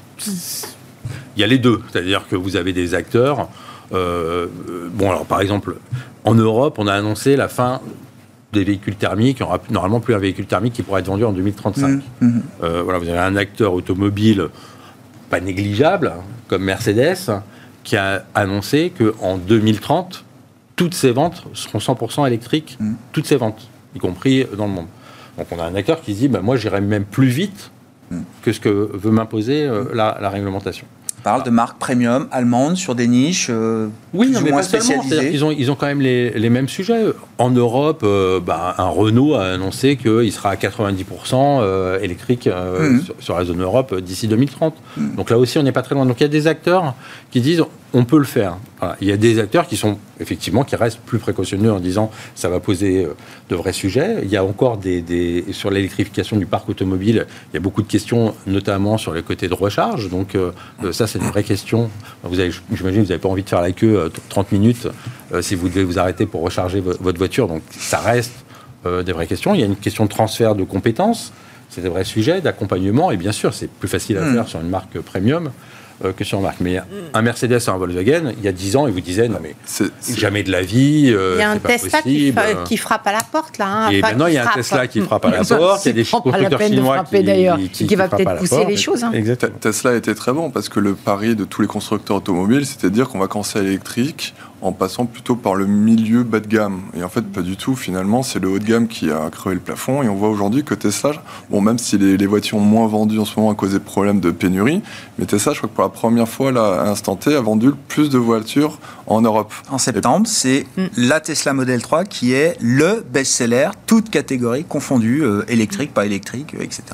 il y a les deux. C'est-à-dire que vous avez des acteurs... Euh, bon, alors par exemple, en Europe, on a annoncé la fin des véhicules thermiques. Il n'y aura normalement plus un véhicule thermique qui pourra être vendu en deux mille trente-cinq. Mmh, mmh. Euh, voilà, vous avez un acteur automobile pas négligeable, comme Mercedes, qui a annoncé qu'en deux mille trente, toutes ses ventes seront cent pour cent électriques, mmh. toutes ses ventes, y compris dans le monde. Donc on a un acteur qui se dit, bah, moi j'irai même plus vite mmh. que ce que veut m'imposer euh, la, la réglementation. On parle de marques premium allemandes sur des niches euh, oui, plus non, ou mais moins pas seulement. spécialisées. Ils ont, ils ont quand même les, les mêmes sujets. En Europe, euh, bah, un Renault a annoncé qu'il sera à quatre-vingt-dix pour cent euh, électrique euh, mmh. sur, sur la zone Europe d'ici deux mille trente. Mmh. Donc là aussi, on n'est pas très loin. Donc il y a des acteurs qui disent on peut le faire. Voilà. Il y a des acteurs qui sont effectivement qui restent plus précautionneux en disant ça va poser euh, de vrais sujets. Il y a encore des, des sur l'électrification du parc automobile. Il y a beaucoup de questions, notamment sur les côtés de recharge. Donc euh, ça, c'est une vraie question. Vous avez, j'imagine, que vous n'avez pas envie de faire la queue euh, trente minutes euh, si vous devez vous arrêter pour recharger vo- votre voiture. Donc ça reste euh, des vraies questions. Il y a une question de transfert de compétences. C'est des vrais sujets d'accompagnement. Et bien sûr, c'est plus facile à mmh. faire sur une marque premium que sur une marque. Mais un Mercedes et un Volkswagen, il y a dix ans, ils vous disaient non mais c'est, c'est... jamais de la vie, euh, il y a un c'est pas Tesla qui, fra- qui frappe à la porte là. Hein, et enfin, maintenant il y a un frappe. Tesla qui frappe à la porte. Il y a des constructeurs chinois frapper, qui, d'ailleurs, qui, qui, qui va peut-être pousser les choses. Hein. Exactement. Tesla était très bon parce que le pari de tous les constructeurs automobiles, c'était de dire qu'on va commencer à l'électrique en passant plutôt par le milieu bas de gamme. Et en fait, pas du tout. Finalement, c'est le haut de gamme qui a crevé le plafond. Et on voit aujourd'hui que Tesla, bon, même si les, les voitures ont moins vendues en ce moment à cause des problèmes de pénurie, mais Tesla, je crois que pour la première fois, là, à l'instant T, a vendu plus de voitures en Europe. En septembre, et... c'est mm. la Tesla Model trois qui est le best-seller, toutes catégories confondues, euh, électrique, pas électrique, euh, et cetera.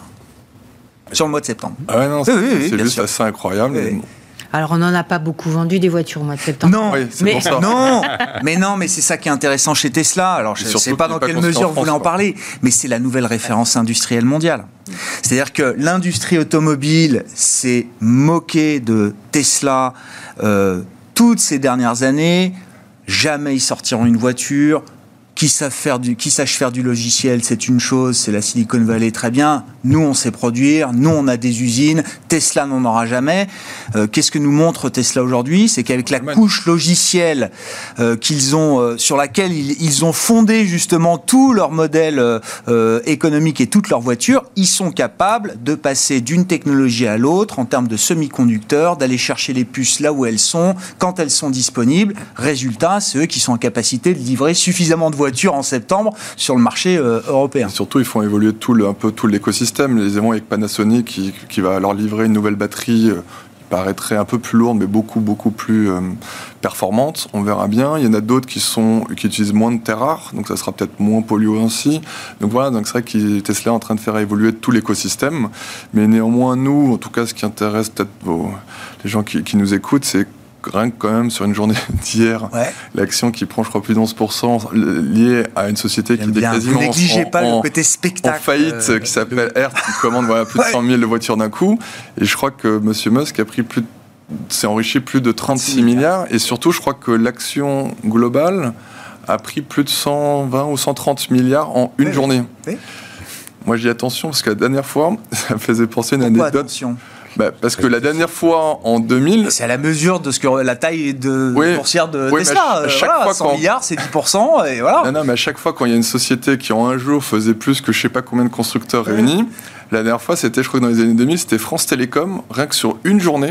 Sur le mois de septembre. Ah ouais, non, c'est, oui, oui, oui, c'est juste sûr. assez incroyable. Oui. Et... Alors, on n'en a pas beaucoup vendu des voitures au mois de septembre. Non, oui, c'est mais, pour ça. non, mais non, mais c'est ça qui est intéressant chez Tesla. Alors, je ne sais pas dans pas quelle mesure en vous voulez France, en parler, mais c'est la nouvelle référence industrielle mondiale. C'est-à-dire que l'industrie automobile s'est moquée de Tesla euh, toutes ces dernières années. Jamais ils sortiront une voiture. Qui savent faire du, qui sachent faire du logiciel, c'est une chose, c'est la Silicon Valley, très bien. Nous, on sait produire, nous, on a des usines. Tesla n'en aura jamais. Euh, qu'est-ce que nous montre Tesla aujourd'hui ? C'est qu'avec la couche logicielle euh, qu'ils ont, euh, sur laquelle ils, ils ont fondé justement tout leur modèle euh, économique et toutes leurs voitures, ils sont capables de passer d'une technologie à l'autre en termes de semi-conducteurs, d'aller chercher les puces là où elles sont, quand elles sont disponibles. Résultat, c'est eux qui sont en capacité de livrer suffisamment de voitures en septembre sur le marché euh, européen. Et surtout, ils font évoluer tout le, un peu tout l'écosystème. Les aimants avec Panasonic qui, qui va leur livrer une nouvelle batterie euh, qui paraîtrait un peu plus lourde, mais beaucoup, beaucoup plus euh, performante. On verra bien. Il y en a d'autres qui, sont, qui utilisent moins de terres rares, donc ça sera peut-être moins polluant aussi. Donc voilà, donc c'est vrai que Tesla est en train de faire évoluer tout l'écosystème. Mais néanmoins, nous, en tout cas, ce qui intéresse peut-être vos, les gens qui, qui nous écoutent, c'est rien que quand même sur une journée d'hier, ouais. l'action qui prend je crois plus de onze pour cent liée à une société J'aime qui était quasiment Vous négligez en, pas en, le côté spectacle, en faillite euh, qui s'appelle Hertz qui commande voilà, plus de cent mille de voitures d'un coup et je crois que Monsieur Musk a pris plus de, s'est enrichi plus de trente-six milliards et surtout je crois que l'action globale a pris plus de cent vingt ou cent trente milliards en une oui, journée. Oui. Moi, j'ai dit attention parce que la dernière fois, ça me faisait penser à une Pourquoi anecdote. Attention Bah, parce que la dernière fois, en deux mille... C'est à la mesure de ce que la taille de oui, boursière de oui, Tesla. À chaque voilà, fois cent quand... milliards, c'est dix pour cent, et voilà. Non, non, mais à chaque fois, quand il y a une société qui, en un jour, faisait plus que je sais pas combien de constructeurs oui. réunis, la dernière fois, c'était, je crois que dans les années deux mille, c'était France Télécom, rien que sur une journée,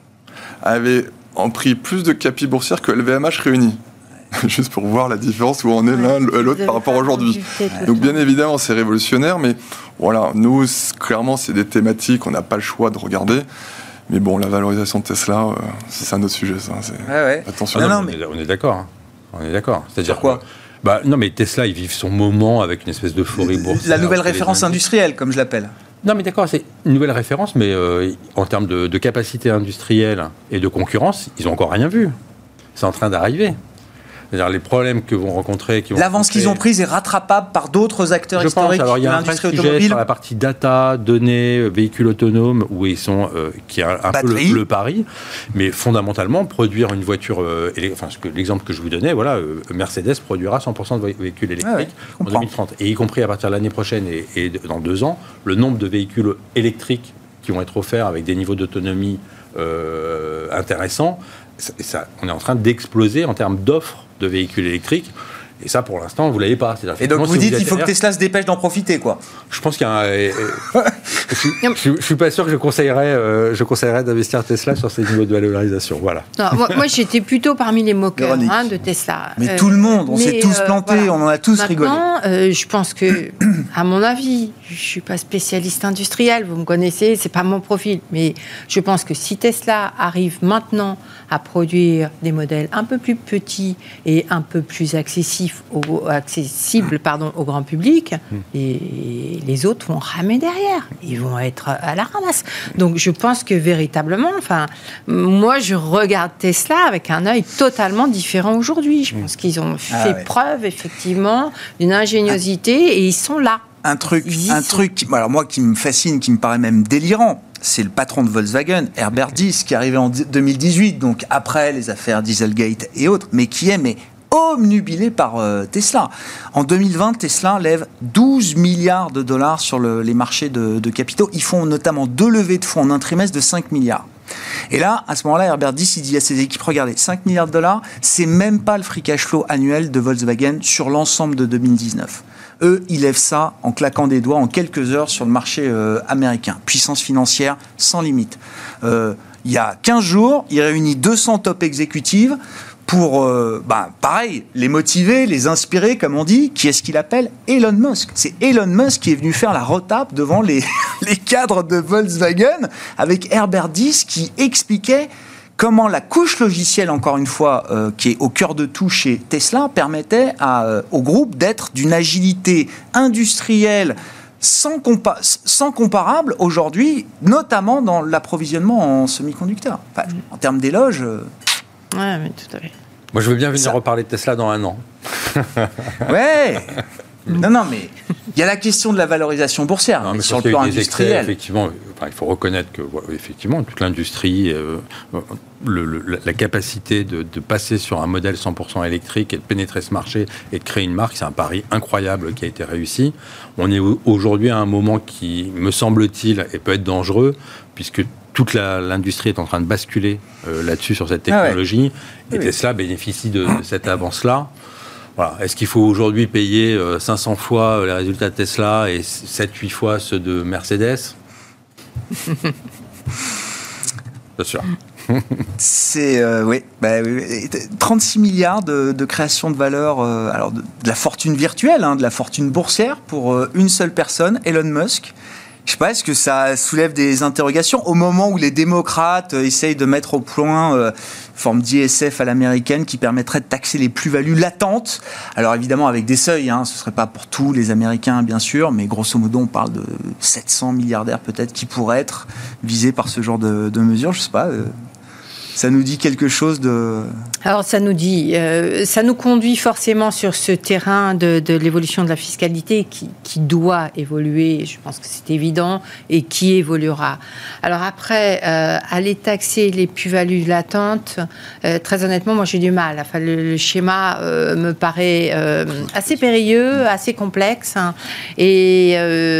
avait en pris plus de capi boursière que L V M H réunis. Juste pour voir la différence où on est l'un à l'autre par rapport à aujourd'hui. Donc bien évidemment, c'est révolutionnaire, mais voilà, nous, clairement, c'est des thématiques, on n'a pas le choix de regarder. Mais bon, la valorisation de Tesla, euh, c'est un autre sujet, ça. C'est... Ouais, ouais. Attention. Ah non, non, mais... On est d'accord. Hein. On est d'accord. C'est-à-dire quoi que, bah, non, mais Tesla, ils vivent son moment avec une espèce d'euphorie boursière. La nouvelle référence industrielle, comme je l'appelle. Non, mais d'accord, c'est une nouvelle référence, mais euh, en termes de, de capacité industrielle et de concurrence, ils n'ont encore rien vu. C'est en train d'arriver. C'est-à-dire les problèmes que vont rencontrer... Qui vont L'avance qu'ils ont prise est rattrapable par d'autres acteurs je historiques pense. Alors, il y a un vrai sujet sur la partie data, données, véhicules autonomes, où ils sont, euh, qui est un, un peu le, le pari. Mais fondamentalement, produire une voiture... Euh, élé- enfin, ce que, l'exemple que je vous donnais, voilà, euh, Mercedes produira cent pour cent de véhicules électriques ouais, ouais, en deux mille trente. Et y compris à partir de l'année prochaine et, et dans deux ans, le nombre de véhicules électriques qui vont être offerts avec des niveaux d'autonomie euh, intéressants, ça, ça, on est en train d'exploser en termes d'offres de véhicules électriques. Et ça, pour l'instant, vous ne l'avez pas. Et donc, vous si dites qu'il faut que Tesla se dépêche d'en profiter, quoi. Je pense qu'il y a un... Je ne suis pas sûr que je conseillerais, euh, je conseillerais d'investir Tesla sur ces niveaux de valorisation. Voilà. Non, moi, moi, j'étais plutôt parmi les moqueurs hein, de Tesla. Mais euh, tout le monde, on s'est tous euh, plantés, voilà. On en a tous Maintenant, rigolé. Euh, je pense que, à mon avis, je ne suis pas spécialiste industriel, vous me connaissez, ce n'est pas mon profil, mais je pense que si Tesla arrive maintenant à produire des modèles un peu plus petits et un peu plus accessifs au, accessibles pardon, au grand public, mmh. et les autres vont ramer derrière. Ils vont être à la ramasse. Donc, je pense que véritablement, enfin, moi, je regarde Tesla avec un œil totalement différent aujourd'hui. Je pense qu'ils ont fait ah ouais. preuve, effectivement, d'une ingéniosité ah. et ils sont là. Un truc, un truc qui, alors moi, qui me fascine, qui me paraît même délirant, c'est le patron de Volkswagen, Herbert Diess, qui est arrivé en deux mille dix-huit, donc après les affaires Dieselgate et autres, mais qui est mais, omnubilé par euh, Tesla. En deux mille vingt, Tesla lève douze milliards de dollars sur le, les marchés de, de capitaux. Ils font notamment deux levées de fonds en un trimestre de cinq milliards. Et là, à ce moment-là, Herbert Diess, il dit à ses équipes, regardez, cinq milliards de dollars, c'est même pas le free cash flow annuel de Volkswagen sur l'ensemble de deux mille dix-neuf. Eux, ils lèvent ça en claquant des doigts en quelques heures sur le marché euh, américain. Puissance financière sans limite. Euh, il y a quinze jours, il réunit deux cents top exécutives pour, euh, bah, pareil, les motiver, les inspirer, comme on dit. Qui est-ce qu'il appelle ? Elon Musk. C'est Elon Musk qui est venu faire la retape devant les, les cadres de Volkswagen avec Herbert Diess qui expliquait comment la couche logicielle, encore une fois, euh, qui est au cœur de tout chez Tesla, permettait à, euh, au groupe d'être d'une agilité industrielle sans, compa- sans comparable aujourd'hui, notamment dans l'approvisionnement en semi-conducteurs. Enfin, en termes d'éloges... Euh... Ouais, mais tout à fait. Moi, je veux bien venir Ça... reparler de Tesla dans un an. Ouais. Non, non, mais il y a la question de la valorisation boursière, non, mais, mais sur le plan industriel. Excès, effectivement, enfin, il faut reconnaître que, voilà, effectivement, toute l'industrie, euh, le, le, la capacité de, de passer sur un modèle cent pour cent électrique et de pénétrer ce marché et de créer une marque, c'est un pari incroyable qui a été réussi. On est aujourd'hui à un moment qui, me semble-t-il, et peut être dangereux, puisque toute la, l'industrie est en train de basculer euh, là-dessus, sur cette technologie, ah ouais. et oui. Tesla bénéficie de, de cette avance-là. Voilà. Est-ce qu'il faut aujourd'hui payer euh, cinq cents fois les résultats de Tesla et sept huit fois ceux de Mercedes ? Bien sûr. C'est euh, oui, bah, oui, trente-six milliards de, de création de valeur, euh, alors de, de la fortune virtuelle, hein, de la fortune boursière pour euh, une seule personne, Elon Musk. Je sais pas, est-ce que ça soulève des interrogations au moment où les démocrates euh, essayent de mettre au point euh, une forme d'I S F à l'américaine qui permettrait de taxer les plus-values latentes. Alors évidemment avec des seuils, hein, ce serait pas pour tous les Américains bien sûr, mais grosso modo on parle de sept cents milliardaires peut-être qui pourraient être visés par ce genre de, de mesures. Je sais pas. Euh, ça nous dit quelque chose de... Alors ça nous dit, euh, ça nous conduit forcément sur ce terrain de, de l'évolution de la fiscalité qui, qui doit évoluer, je pense que c'est évident, et qui évoluera. Alors après, euh, aller taxer les plus-values latentes, euh, très honnêtement, moi j'ai du mal. Enfin, le, le schéma euh, me paraît euh, assez périlleux, assez complexe, hein, et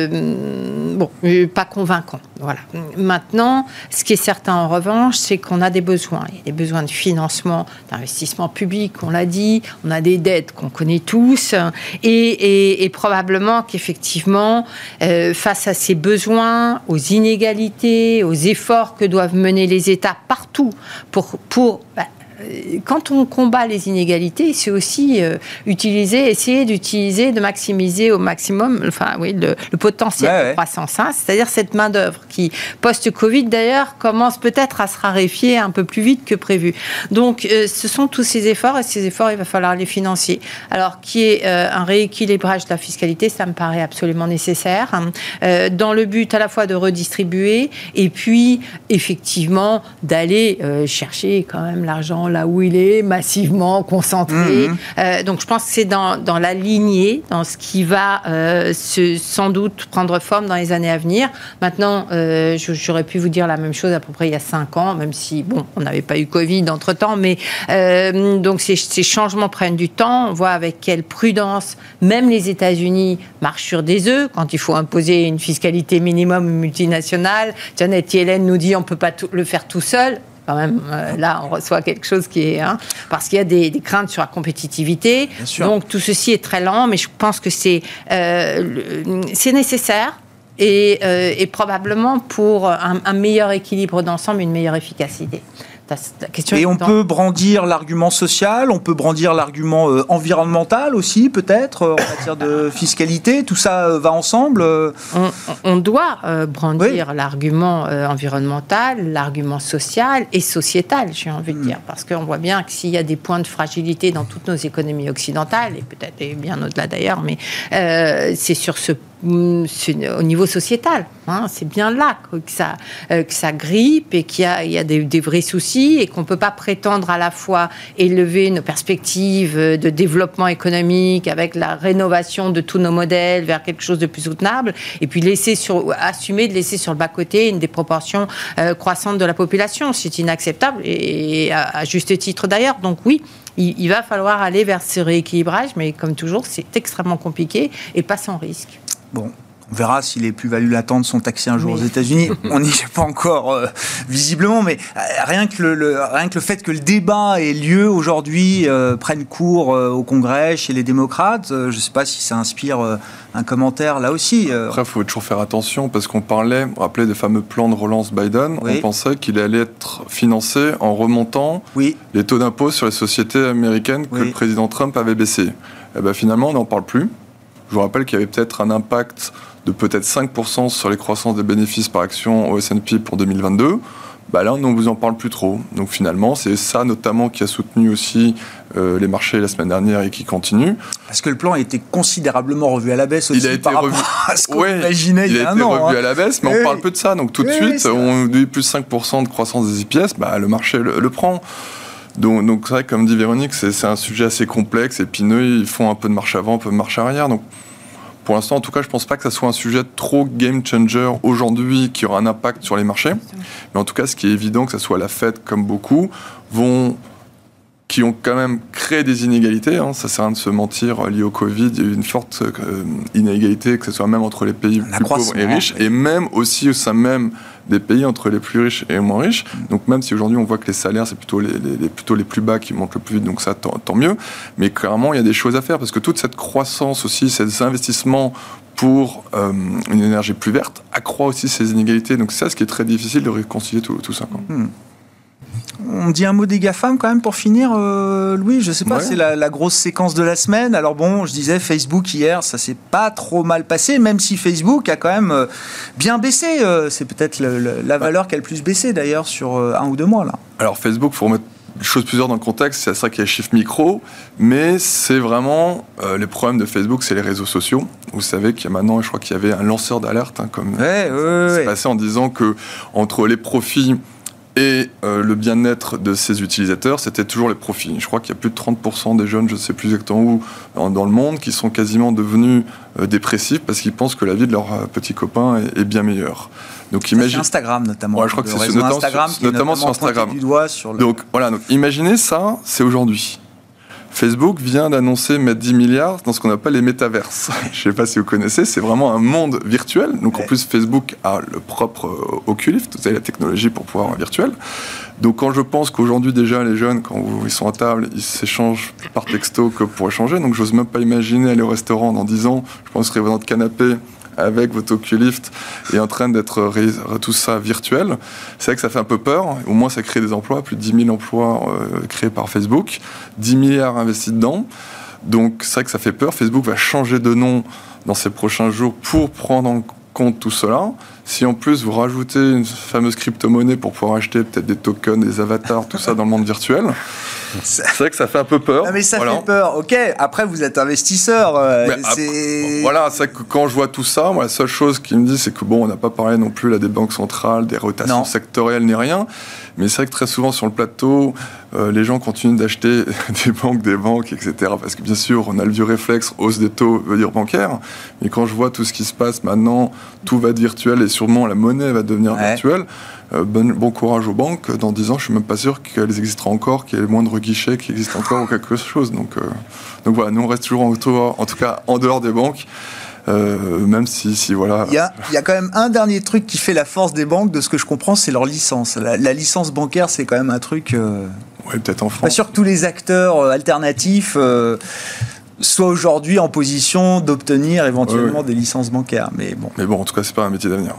euh, bon, pas convaincant. Voilà. Maintenant, ce qui est certain en revanche, c'est qu'on a des besoins. Il y a des besoins de financement, d'investissement public, on l'a dit. On a des dettes qu'on connaît tous. Et, et, et probablement qu'effectivement, euh, face à ces besoins, aux inégalités, aux efforts que doivent mener les États partout pour... pour bah, quand on combat les inégalités, c'est aussi euh, utiliser, essayer d'utiliser, de maximiser au maximum, enfin oui, le, le potentiel ouais, de ouais. croissance. Hein, c'est-à-dire cette main d'œuvre qui, post-Covid d'ailleurs, commence peut-être à se raréfier un peu plus vite que prévu. Donc, euh, ce sont tous ces efforts, et ces efforts, il va falloir les financer. Alors, qu'il y ait euh, un rééquilibrage de la fiscalité, ça me paraît absolument nécessaire, hein, euh, dans le but à la fois de redistribuer, et puis effectivement d'aller euh, chercher quand même l'argent là où il est, massivement concentré. Mmh. Euh, donc, je pense que c'est dans, dans la lignée, dans ce qui va euh, se, sans doute prendre forme dans les années à venir. Maintenant, euh, j'aurais pu vous dire la même chose à peu près il y a cinq ans, même si, bon, on n'avait pas eu Covid entre-temps, mais euh, donc ces, ces changements prennent du temps. On voit avec quelle prudence, même les États-Unis marchent sur des œufs quand il faut imposer une fiscalité minimum multinationale. Janet Yellen nous dit on ne peut pas tout, le faire tout seul. Quand même, euh, là, on reçoit quelque chose qui est... Hein, parce qu'il y a des, des craintes sur la compétitivité. Donc, tout ceci est très lent, mais je pense que c'est, euh, le, c'est nécessaire. et, euh, et probablement pour un, un meilleur équilibre d'ensemble, une meilleure efficacité. Ta question et on dans... peut brandir l'argument social, on peut brandir l'argument euh, environnemental aussi, peut-être, euh, en matière de fiscalité. Tout ça euh, va ensemble euh... on, on doit euh, brandir oui. l'argument euh, environnemental, l'argument social et sociétal, j'ai envie de mmh. dire. Parce qu'on voit bien que s'il y a des points de fragilité dans toutes nos économies occidentales, et peut-être et bien au-delà d'ailleurs, mais euh, c'est sur ce au niveau sociétal, hein, c'est bien là que ça, euh, que ça grippe et qu'il y a, il y a des, des vrais soucis et qu'on ne peut pas prétendre à la fois élever nos perspectives de développement économique avec la rénovation de tous nos modèles vers quelque chose de plus soutenable et puis laisser sur, assumer de laisser sur le bas-côté une déproportion euh, croissante de la population. C'est inacceptable et, et à, à juste titre d'ailleurs. Donc oui, il, il va falloir aller vers ce rééquilibrage, mais comme toujours, c'est extrêmement compliqué et pas sans risque. Bon, on verra si les plus-values latentes sont taxées un jour oui. aux États-Unis. On n'y est pas encore euh, visiblement, mais euh, rien, que le, le, rien que le fait que le débat ait lieu aujourd'hui, euh, prenne cours euh, au Congrès, chez les démocrates, euh, je ne sais pas si ça inspire euh, un commentaire là aussi. Euh. Après, il faut toujours faire attention parce qu'on parlait, vous vous rappelez des fameux plans de relance Biden, oui. on pensait qu'il allait être financé en remontant oui. les taux d'impôt sur les sociétés américaines que oui. le président Trump avait baissés. Et ben, finalement, on n'en parle plus. Je vous rappelle qu'il y avait peut-être un impact de peut-être cinq pour cent sur les croissances des bénéfices par action au S and P pour deux mille vingt-deux. Bah là, on ne vous en parle plus trop. Donc finalement, c'est ça notamment qui a soutenu aussi euh, les marchés la semaine dernière et qui continue. Parce que le plan a été considérablement revu à la baisse aussi il a été par revu... rapport à ce qu'on ouais, imaginait il y a un an. Il a été revu hein. à la baisse, mais oui. on parle peu de ça. Donc tout de oui, suite, on dit plus cinq pour cent de croissance des I P S, bah, le marché le, le prend. Donc, donc c'est vrai que, comme dit Véronique, c'est, c'est un sujet assez complexe, épineux. Ils font un peu de marche avant, un peu de marche arrière. Donc pour l'instant, en tout cas, je ne pense pas que ça soit un sujet trop game changer aujourd'hui qui aura un impact sur les marchés. Mais en tout cas, ce qui est évident, que ce soit la Fed comme beaucoup, vont, qui ont quand même créé des inégalités. Hein, ça ne sert à rien de se mentir, lié au Covid, il y a eu une forte euh, inégalité, que ce soit même entre les pays plus pauvres et riches, et même aussi au sein même des pays entre les plus riches et les moins riches. Donc même si aujourd'hui on voit que les salaires, c'est plutôt les, les, plutôt les plus bas qui montent le plus vite, donc ça, tant, tant mieux. Mais clairement, il y a des choses à faire, parce que toute cette croissance aussi, ces investissements pour euh, une énergie plus verte, accroît aussi ces inégalités. Donc c'est ça ce qui est très difficile de réconcilier tout, tout ça. Quoi. Hmm. On dit un mot des GAFAM quand même pour finir, euh, Louis, je sais pas, ouais. c'est la, la grosse séquence de la semaine. Alors bon, je disais Facebook hier, ça s'est pas trop mal passé, même si Facebook a quand même euh, bien baissé. Euh, c'est peut-être le, le, la valeur ouais. qui a le plus baissé d'ailleurs sur euh, un ou deux mois là. Alors Facebook, il faut remettre les choses plusieurs dans le contexte, c'est ça qu'il y a les chiffres micro, mais c'est vraiment euh, les problèmes de Facebook, c'est les réseaux sociaux. Vous savez qu'il y a maintenant, je crois qu'il y avait un lanceur d'alerte, hein, comme ouais, ouais, ouais, c'est ouais. passé en disant que entre les profits et euh, le bien-être de ses utilisateurs, c'était toujours les profits. Je crois qu'il y a plus de trente pour cent des jeunes, je ne sais plus exactement où, dans, dans le monde, qui sont quasiment devenus euh, dépressifs parce qu'ils pensent que la vie de leurs euh, petits copains est, est bien meilleure. Donc, ça, imagine... C'est Instagram notamment. Ouais, je crois que c'est notamment, Instagram, sur, notamment, notamment sur Instagram. Du doigt sur le... Donc voilà, donc, imaginez ça, c'est aujourd'hui. Facebook vient d'annoncer mettre dix milliards dans ce qu'on appelle les métaverses. Je ne sais pas si vous connaissez, c'est vraiment un monde virtuel. Donc ouais. en plus, Facebook a le propre euh, Oculus, vous avez la technologie pour pouvoir virtuel. Donc quand je pense qu'aujourd'hui déjà, les jeunes, quand vous, ils sont à table, ils s'échangent par texto que pour échanger. Donc j'ose même pas imaginer aller au restaurant dans dix ans. Je pense que vous serez dans votre canapé avec votre Oculift et en train d'être ré- tout ça virtuel. C'est vrai que ça fait un peu peur. Au moins, ça crée des emplois, plus de dix mille emplois euh, créés par Facebook, dix milliards investis dedans. Donc, c'est vrai que ça fait peur. Facebook va changer de nom dans ces prochains jours pour prendre en compte tout cela. Si en plus vous rajoutez une fameuse crypto-monnaie pour pouvoir acheter peut-être des tokens, des avatars, tout ça dans le monde virtuel, c'est vrai que ça fait un peu peur. Non mais ça voilà. fait peur, ok. Après vous êtes investisseur. Euh, mais c'est... Après, voilà, c'est vrai que quand je vois tout ça, moi, la seule chose qui me dit, c'est que bon, on n'a pas parlé non plus là, des banques centrales, des rotations non. sectorielles ni rien. Mais c'est vrai que très souvent sur le plateau, euh, les gens continuent d'acheter des banques, des banques, et cetera. Parce que bien sûr, on a le vieux réflexe, hausse des taux veut dire bancaire. Mais quand je vois tout ce qui se passe maintenant, tout va être virtuel et sûrement la monnaie va devenir ouais. virtuelle. Euh, bon, bon courage aux banques. Dans dix ans, je suis même pas sûr qu'elles existeront encore, qu'il y ait le moindre guichet qui existe encore ou quelque chose. Donc, euh, donc voilà, nous on reste toujours en, autour, en tout cas en dehors des banques. Euh, même si, si voilà. Il y a, il y a quand même un dernier truc qui fait la force des banques, de ce que je comprends, c'est leur licence. La, la licence bancaire, c'est quand même un truc. Euh... Oui, peut-être en France. Pas sûr que tous les acteurs euh, alternatifs. Euh... soit aujourd'hui en position d'obtenir éventuellement oui, oui. des licences bancaires. Mais bon. Mais bon, en tout cas, c'est pas un métier d'avenir.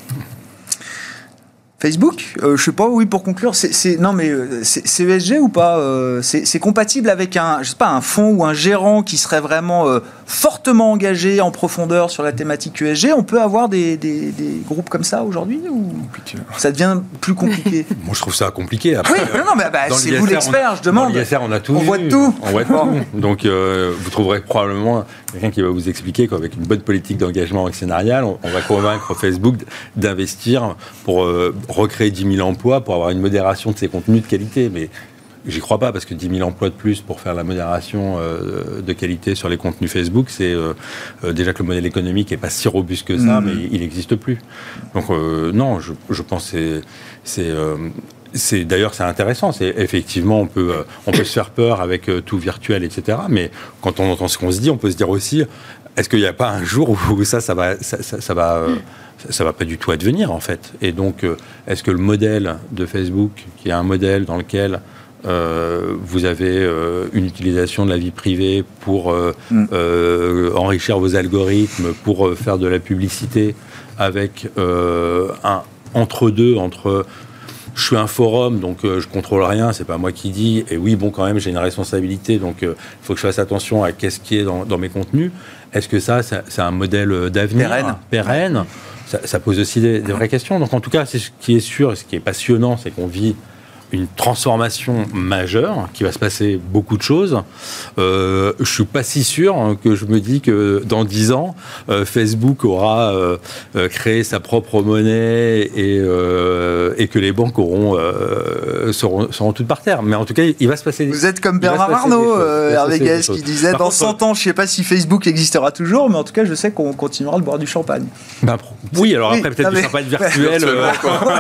Facebook, euh, je sais pas, oui, pour conclure, c'est, c'est non mais c'est, c'est E S G ou pas euh, c'est, c'est compatible avec un, je sais pas, un fonds ou un gérant qui serait vraiment euh, fortement engagé en profondeur sur la thématique E S G. On peut avoir des, des, des groupes comme ça aujourd'hui ou Compliqué. ça devient plus compliqué? Moi, je trouve ça compliqué. Après, Oui, non, non, mais bah, c'est vous l'expert, je demande. Dans l'I S R, on a tout On vu. voit tout. On voit tout. Donc, euh, vous trouverez probablement quelqu'un qui va vous expliquer qu'avec une bonne politique d'engagement actionnarial, on, on va convaincre Facebook d'investir pour euh, recréer dix mille emplois, pour avoir une modération de ses contenus de qualité. Mais j'y crois pas, parce que dix mille emplois de plus pour faire la modération euh, de qualité sur les contenus Facebook, c'est euh, euh, déjà que le modèle économique n'est pas si robuste que ça, mmh. mais il n'existe plus. Donc euh, non, je, je pense que c'est... c'est euh, C'est, d'ailleurs, c'est intéressant. C'est, effectivement, on peut, euh, on peut se faire peur avec euh, tout virtuel, et cetera. Mais quand on entend ce qu'on se dit, on peut se dire aussi, est-ce qu'il n'y a pas un jour où ça, ça va, ça, ça, ça va, euh, ça, ça va pas du tout advenir, en fait. Et donc, euh, est-ce que le modèle de Facebook, qui est un modèle dans lequel euh, vous avez euh, une utilisation de la vie privée pour euh, mm. euh, enrichir vos algorithmes, pour euh, faire de la publicité, avec euh, un entre-deux, entre... Je suis un forum, donc euh, je contrôle rien, c'est pas moi qui dis. Et oui, bon, quand même, j'ai une responsabilité, donc il euh, faut que je fasse attention à qu'est-ce qui est dans, dans mes contenus. Est-ce que ça, ça, c'est un modèle d'avenir pérenne, pérenne ça, ça pose aussi des, des vraies questions. Donc en tout cas, c'est ce qui est sûr, et ce qui est passionnant, c'est qu'on vit une transformation majeure, qui va se passer beaucoup de choses. Euh, je suis pas si sûr que je me dis que dans dix ans, euh, Facebook aura euh, euh, créé sa propre monnaie et, euh, et que les banques auront, euh, seront, seront toutes par terre. Mais en tout cas, il va se passer... Vous êtes comme Bernard Arnault, euh, Hervé Guest, qui disait dans cent ans, je sais pas si Facebook existera toujours, mais en tout cas, je sais qu'on continuera de boire du champagne. Ben, oui, alors après, oui, peut-être du mais... champagne virtuel euh,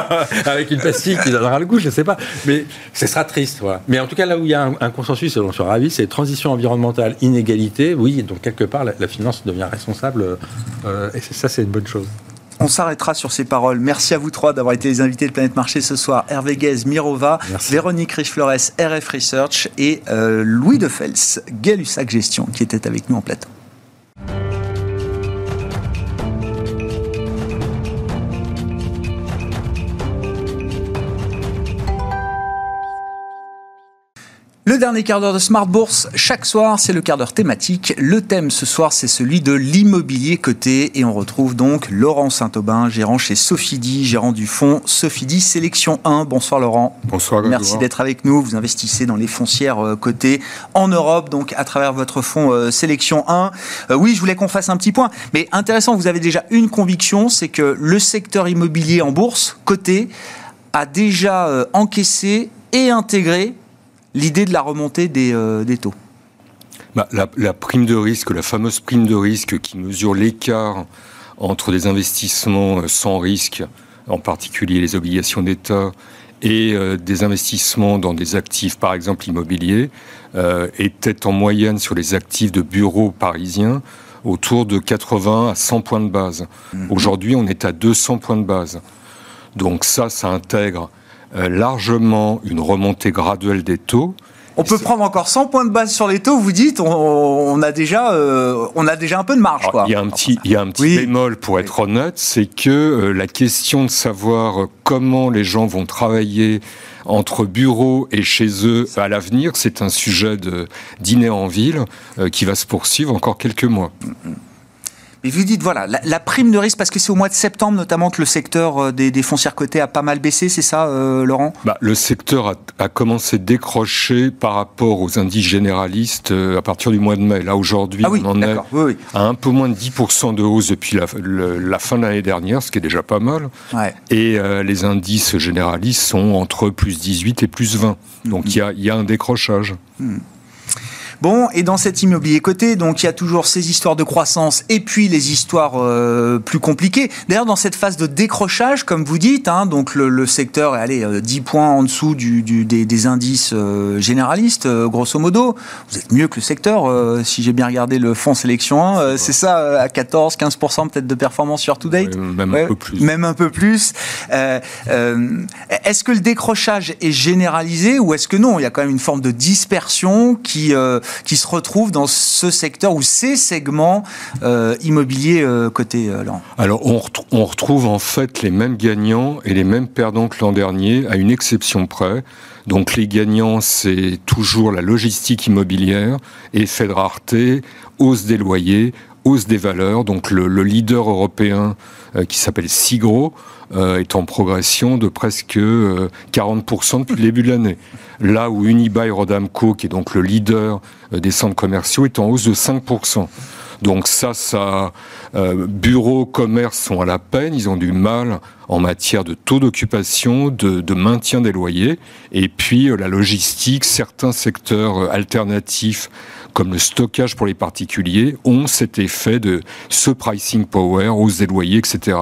avec une pastille qui donnera le goût, je sais pas. Mais ce sera triste, voilà. Mais en tout cas, là où il y a un, un consensus, et dont je suis ravi, c'est transition environnementale, inégalité. Oui, donc quelque part, la, la finance devient responsable. Euh, et c'est, ça, c'est une bonne chose. On s'arrêtera sur ces paroles. Merci à vous trois d'avoir été les invités de Planète Marché ce soir. Hervé Guez, Mirova, Merci. Véronique Riche-Flores, R F Research et euh, Louis Defels, Gay-Lussac Gestion, qui était avec nous en plateau. Le dernier quart d'heure de Smart Bourse, chaque soir, c'est le quart d'heure thématique. Le thème ce soir, c'est celui de l'immobilier coté. Et on retrouve donc Laurent Saint-Aubin, gérant chez Sofidy, gérant du fonds Sofidy Sélection un. Bonsoir Laurent. Bonsoir. Merci bonjour. D'être avec nous. Vous investissez dans les foncières euh, cotées en Europe, donc à travers votre fonds euh, Sélection un. Euh, oui, je voulais qu'on fasse un petit point. Mais intéressant, vous avez déjà une conviction, c'est que le secteur immobilier en bourse, coté, a déjà euh, encaissé et intégré l'idée de la remontée des, euh, des taux. Bah, la, la prime de risque, la fameuse prime de risque qui mesure l'écart entre des investissements sans risque, en particulier les obligations d'État, et euh, des investissements dans des actifs, par exemple immobiliers, euh, était en moyenne sur les actifs de bureaux parisiens autour de quatre-vingts à cent points de base. Mmh. Aujourd'hui, on est à deux cents points de base. Donc ça, ça intègre Euh, largement une remontée graduelle des taux. On peut prendre encore cent points de base sur les taux, vous dites, on, on, a, déjà, euh, on a déjà un peu de marge. Alors, quoi. Il y a un petit, il y a un petit oui. bémol, pour être oui. honnête, c'est que euh, la question de savoir comment les gens vont travailler entre bureaux et chez eux à l'avenir, c'est un sujet de dîner en ville euh, qui va se poursuivre encore quelques mois. Mm-hmm. Et vous dites, voilà, la, la prime de risque, parce que c'est au mois de septembre notamment que le secteur des, des foncières cotées a pas mal baissé, c'est ça, euh, Laurent ? bah, Le secteur a, a commencé à décrocher par rapport aux indices généralistes euh, à partir du mois de mai. Là, aujourd'hui, ah oui, on en est oui, oui. à un peu moins de dix pour cent de hausse depuis la, le, la fin de l'année dernière, ce qui est déjà pas mal. Ouais. Et euh, les indices généralistes sont entre plus dix-huit et plus vingt. Donc, il mmh. y, y a un décrochage. Mmh. Bon, et dans cet immobilier coté, donc il y a toujours ces histoires de croissance et puis les histoires euh, plus compliquées. D'ailleurs, dans cette phase de décrochage, comme vous dites, hein, donc le, le secteur est allé euh, dix points en dessous du, du, des, des indices euh, généralistes, euh, grosso modo. Vous êtes mieux que le secteur, euh, si j'ai bien regardé le fonds Sélection un, euh, c'est ça, euh, à quatorze à quinze pour cent peut-être de performance sur to date. Ouais, même ouais, un peu plus. Même un peu plus. Euh, euh, est-ce que le décrochage est généralisé ou est-ce que non ? Il y a quand même une forme de dispersion qui... Euh, qui se retrouvent dans ce secteur ou ces segments euh, immobiliers euh, côté euh, Laurent? Alors, on, ret- on retrouve en fait les mêmes gagnants et les mêmes perdants que l'an dernier, à une exception près. Donc, les gagnants, c'est toujours la logistique immobilière, effet de rareté, hausse des loyers, hausse des valeurs. Donc, le, le leader européen euh, qui s'appelle Sigro euh, est en progression de presque euh, quarante pour cent depuis le début de l'année. Là où Unibail-Rodamco, qui est donc le leader euh, des centres commerciaux, est en hausse de cinq pour cent. Donc ça, ça, euh, bureaux, commerces sont à la peine, ils ont du mal en matière de taux d'occupation, de, de maintien des loyers, et puis euh, la logistique, certains secteurs euh, alternatifs, comme le stockage pour les particuliers, ont cet effet de ce pricing power, hausse des loyers, et cetera.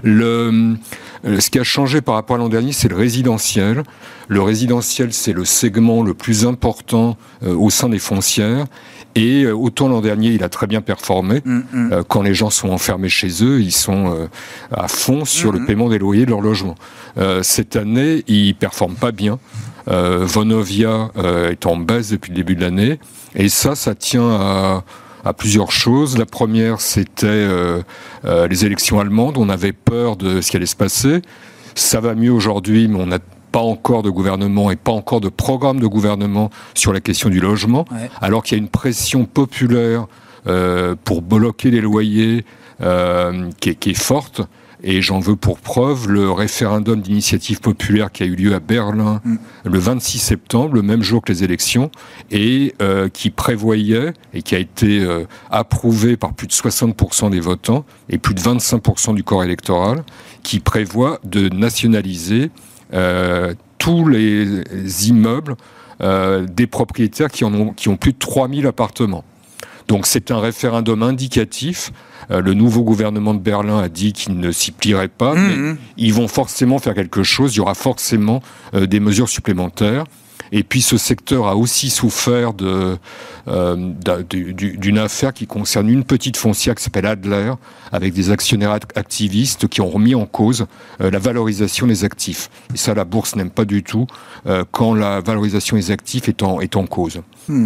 Le, euh, ce qui a changé par rapport à l'an dernier, c'est le résidentiel. Le résidentiel, c'est le segment le plus important euh, au sein des foncières. Et euh, autant l'an dernier, il a très bien performé. Mmh, mmh. Euh, quand les gens sont enfermés chez eux, ils sont euh, à fond sur mmh. le paiement des loyers de leur logement. Euh, cette année, il performe pas bien. Euh, Vonovia euh, est en baisse depuis le début de l'année. Et ça, ça tient à, à plusieurs choses. La première, c'était euh, euh, les élections allemandes. On avait peur de ce qui allait se passer. Ça va mieux aujourd'hui, mais on a pas encore de gouvernement et pas encore de programme de gouvernement sur la question du logement, ouais. alors qu'il y a une pression populaire euh, pour bloquer les loyers euh, qui, est, qui est forte. Et j'en veux pour preuve le référendum d'initiative populaire qui a eu lieu à Berlin mm. le vingt-six septembre, le même jour que les élections, et euh, qui prévoyait, et qui a été euh, approuvé par plus de soixante pour cent des votants, et plus de vingt-cinq pour cent du corps électoral, qui prévoit de nationaliser Euh, tous les immeubles euh, des propriétaires qui, en ont, qui ont plus de trois mille appartements. Donc c'est un référendum indicatif. Euh, le nouveau gouvernement de Berlin a dit qu'il ne s'y plierait pas, mmh. mais ils vont forcément faire quelque chose. Il y aura forcément euh, des mesures supplémentaires. Et puis ce secteur a aussi souffert de, euh, d'une affaire qui concerne une petite foncière qui s'appelle Adler, avec des actionnaires activistes qui ont remis en cause euh, la valorisation des actifs. Et ça, la bourse n'aime pas du tout euh, quand la valorisation des actifs est en, est en cause. Hmm.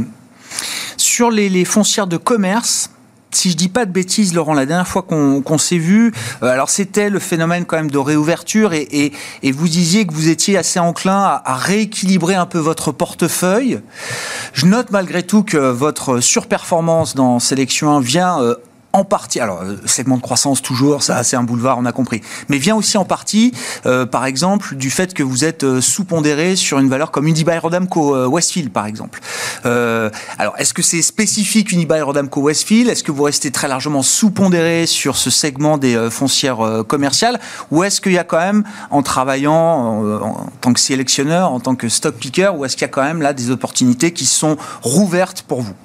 Sur les, les foncières de commerce, si je dis pas de bêtises, Laurent, la dernière fois qu'on, qu'on s'est vu, euh, alors c'était le phénomène quand même de réouverture et, et, et vous disiez que vous étiez assez enclin à, à rééquilibrer un peu votre portefeuille. Je note malgré tout que votre surperformance dans Sélection un vient euh, en partie, alors segment de croissance toujours, ça c'est un boulevard, on a compris, mais vient aussi en partie, euh, par exemple, du fait que vous êtes euh, sous-pondéré sur une valeur comme Unibail-Rodamco euh, Westfield, par exemple. Euh, alors, est-ce que c'est spécifique Unibail-Rodamco Westfield? Est-ce que vous restez très largement sous-pondéré sur ce segment des euh, foncières euh, commerciales? Ou est-ce qu'il y a quand même, en travaillant euh, en tant que sélectionneur, en tant que stock picker, ou est-ce qu'il y a quand même là des opportunités qui sont rouvertes pour vous?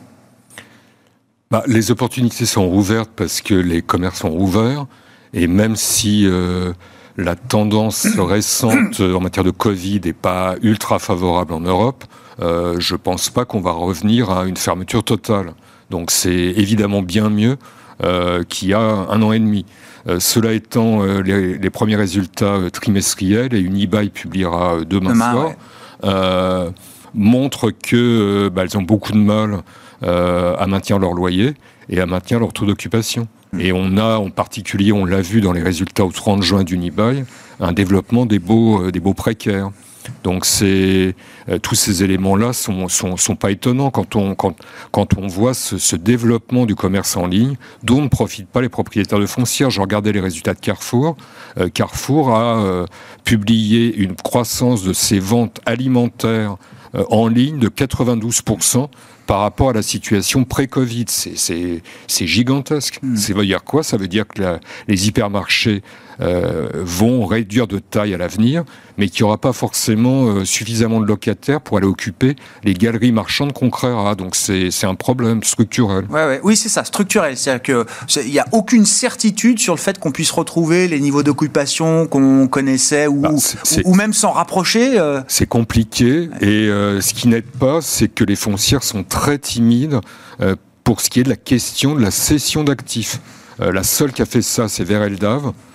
Bah, les opportunités sont rouvertes parce que les commerces sont rouverts, et même si euh, la tendance récente en matière de Covid n'est pas ultra favorable en Europe, euh, je ne pense pas qu'on va revenir à une fermeture totale. Donc c'est évidemment bien mieux euh, qu'il y a un an et demi. Euh, cela étant, euh, les, les premiers résultats euh, trimestriels, et Unibail publiera euh, demain, demain soir, ouais. euh, montrent que euh, bah, elles ont beaucoup de mal Euh, à maintenir leur loyer et à maintenir leur taux d'occupation. Et on a, en particulier, on l'a vu dans les résultats au trente juin d'Unibail, un développement des baux, euh, des baux précaires. Donc c'est, euh, tous ces éléments-là sont, sont, sont pas étonnants quand on, quand, quand on voit ce, ce développement du commerce en ligne dont ne profitent pas les propriétaires de foncières. Je regardais les résultats de Carrefour. Euh, Carrefour a euh, publié une croissance de ses ventes alimentaires euh, en ligne de quatre-vingt-douze pour cent par rapport à la situation pré-Covid. C'est, c'est, c'est gigantesque. Mmh. Ça veut dire quoi? Ça veut dire que la, les hypermarchés euh, vont réduire de taille à l'avenir, mais qu'il n'y aura pas forcément euh, suffisamment de locataires pour aller occuper les galeries marchandes qu'on créera. Donc c'est, c'est un problème structurel. Ouais, ouais. Oui, c'est ça, structurel. C'est-à-dire qu'il n'y a aucune certitude sur le fait qu'on puisse retrouver les niveaux d'occupation qu'on connaissait ou, bah, c'est, c'est, ou, ou même s'en rapprocher. Euh... C'est compliqué. Ouais. Et euh, ce qui n'aide pas, c'est que les foncières sont très timides euh, pour ce qui est de la question de la cession d'actifs. Euh, la seule qui a fait ça, c'est Vereldav,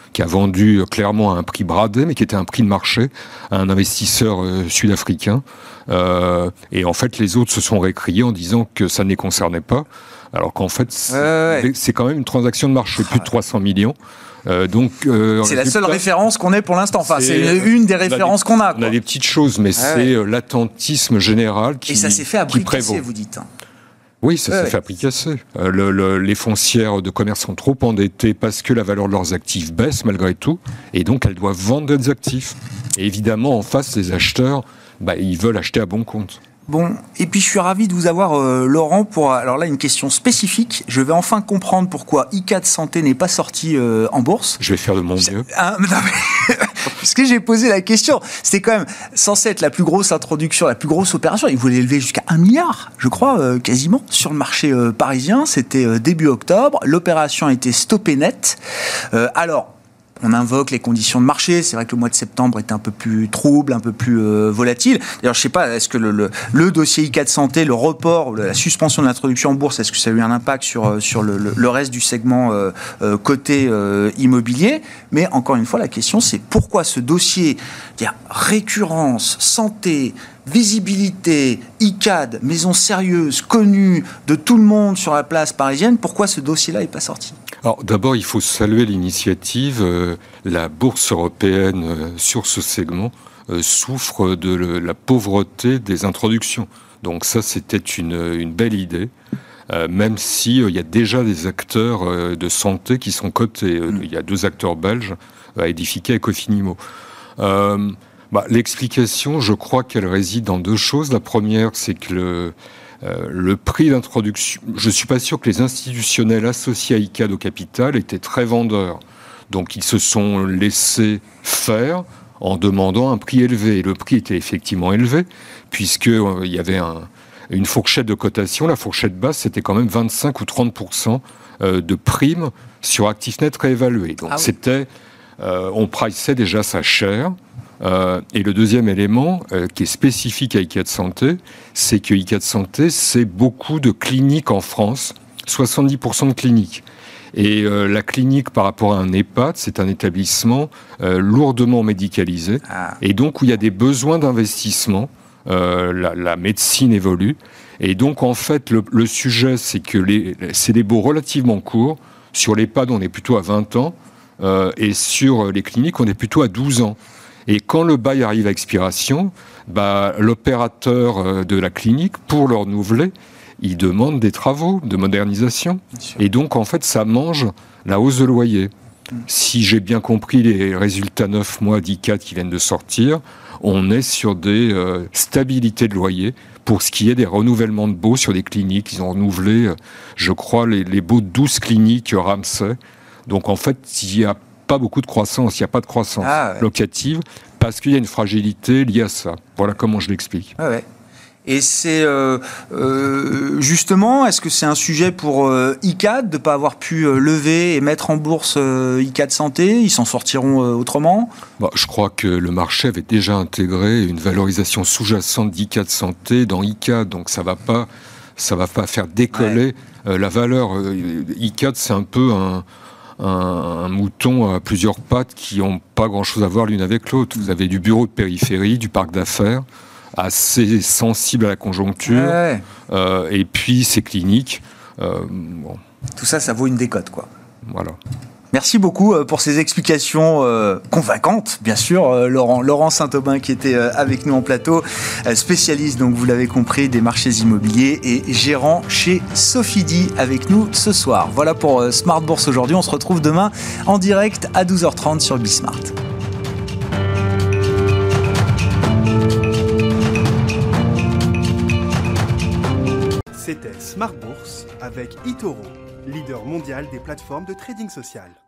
qui a vendu clairement à un prix bradé, mais qui était un prix de marché à un investisseur euh, sud-africain. Euh, et en fait, les autres se sont récriés en disant que ça ne les concernait pas, alors qu'en fait, c'est, ouais, ouais. c'est quand même une transaction de marché, plus de trois cents millions. Euh, donc, euh, c'est la seule cas, référence qu'on ait pour l'instant. Enfin, c'est, c'est une des références qu'on a. On a des petites choses, mais ah c'est ouais. l'attentisme général qui, et ça s'est fait à qui prix prévaut. Cassé, vous dites. Oui, ça ouais, s'est ouais. fait à prix cassé. Euh, le, le, les foncières de commerce sont trop endettées parce que la valeur de leurs actifs baisse malgré tout, et donc elles doivent vendre des actifs. Et évidemment, en face, les acheteurs, bah, ils veulent acheter à bon compte. Bon, et puis je suis ravi de vous avoir, euh, Laurent, pour, alors là, une question spécifique. Je vais enfin comprendre pourquoi I C A D Santé n'est pas sorti euh, en bourse. Je vais faire de mon mieux. Ah, non, mais parce que j'ai posé la question, c'était quand même censé être la plus grosse introduction, la plus grosse opération. Ils voulaient élever jusqu'à un milliard, je crois, euh, quasiment, sur le marché euh, parisien. C'était euh, début octobre. L'opération a été stoppée net. Euh, alors, on invoque les conditions de marché. C'est vrai que le mois de septembre était un peu plus trouble, un peu plus euh, volatile. D'ailleurs, je ne sais pas, est-ce que le, le, le dossier I C A D Santé, le report, la suspension de l'introduction en bourse, est-ce que ça a eu un impact sur, sur le, le reste du segment euh, euh, côté euh, immobilier? Mais encore une fois, la question, c'est pourquoi ce dossier, dire récurrence, santé, visibilité, I C A D, maison sérieuse, connue de tout le monde sur la place parisienne, pourquoi ce dossier-là n'est pas sorti? Alors d'abord, il faut saluer l'initiative. Euh, la bourse européenne euh, sur ce segment euh, souffre de le, la pauvreté des introductions. Donc ça, c'était une, une belle idée, euh, même si euh, il y a déjà des acteurs euh, de santé qui sont cotés. Euh, il y a deux acteurs belges, euh, Aedifica et Cofinimo. Euh, bah, l'explication, je crois qu'elle réside dans deux choses. La première, c'est que le Euh, le prix d'introduction, je ne suis pas sûr que les institutionnels associés à I C A D au capital étaient très vendeurs. Donc ils se sont laissés faire en demandant un prix élevé. Et le prix était effectivement élevé, puisqu'il euh, y avait un, une fourchette de cotation. La fourchette basse, c'était quand même vingt-cinq ou trente pour cent euh, de primes sur actifs nets réévalués. Donc ah oui. c'était, euh, on priçait déjà ça cher. Euh, et le deuxième élément euh, qui est spécifique à I C A D Santé, c'est que I C A D Santé, c'est beaucoup de cliniques en France, soixante-dix pour cent de cliniques. Et euh, la clinique, par rapport à un EHPAD, c'est un établissement euh, lourdement médicalisé, ah. et donc où il y a des besoins d'investissement. Euh, la, la médecine évolue, et donc en fait, le, le sujet, c'est que les, c'est des baux relativement courts. Sur l'EHPAD, on est plutôt à vingt ans, euh, et sur les cliniques, on est plutôt à douze ans. Et quand le bail arrive à expiration, bah, l'opérateur de la clinique, pour le renouveler, il demande des travaux de modernisation. Et donc, en fait, ça mange la hausse de loyer. Mmh. Si j'ai bien compris les résultats neuf mois d'I C A D qui viennent de sortir, on est sur des euh, stabilités de loyer pour ce qui est des renouvellements de baux sur des cliniques. Ils ont renouvelé, je crois, les, les baux de douze cliniques Ramsay. Donc, en fait, il y a pas beaucoup de croissance, il n'y a pas de croissance ah ouais. locative, parce qu'il y a une fragilité liée à ça. Voilà comment je l'explique. Ah ouais. Et c'est euh, euh, justement, est-ce que c'est un sujet pour euh, I C A D de ne pas avoir pu euh, lever et mettre en bourse euh, I C A D Santé? Ils s'en sortiront euh, autrement? Bah, je crois que le marché avait déjà intégré une valorisation sous-jacente d'I C A D Santé dans I C A D, donc ça va pas, ça va pas faire décoller ouais. euh, la valeur. Euh, I C A D, c'est un peu un Un, un mouton à plusieurs pattes qui n'ont pas grand-chose à voir l'une avec l'autre. Vous avez du bureau de périphérie, du parc d'affaires, assez sensible à la conjoncture, ouais. euh, et puis ces cliniques. Euh, bon. Tout ça, ça vaut une décote, quoi. Voilà. Merci beaucoup pour ces explications euh, convaincantes, bien sûr, euh, Laurent. Laurent Saint-Aubin qui était euh, avec nous en plateau, euh, spécialiste, donc vous l'avez compris, des marchés immobiliers et gérant chez Sofidy avec nous ce soir. Voilà pour euh, Smart Bourse aujourd'hui. On se retrouve demain en direct à douze heures trente sur Bismart. C'était Smart Bourse avec eToro, leader mondial des plateformes de trading social.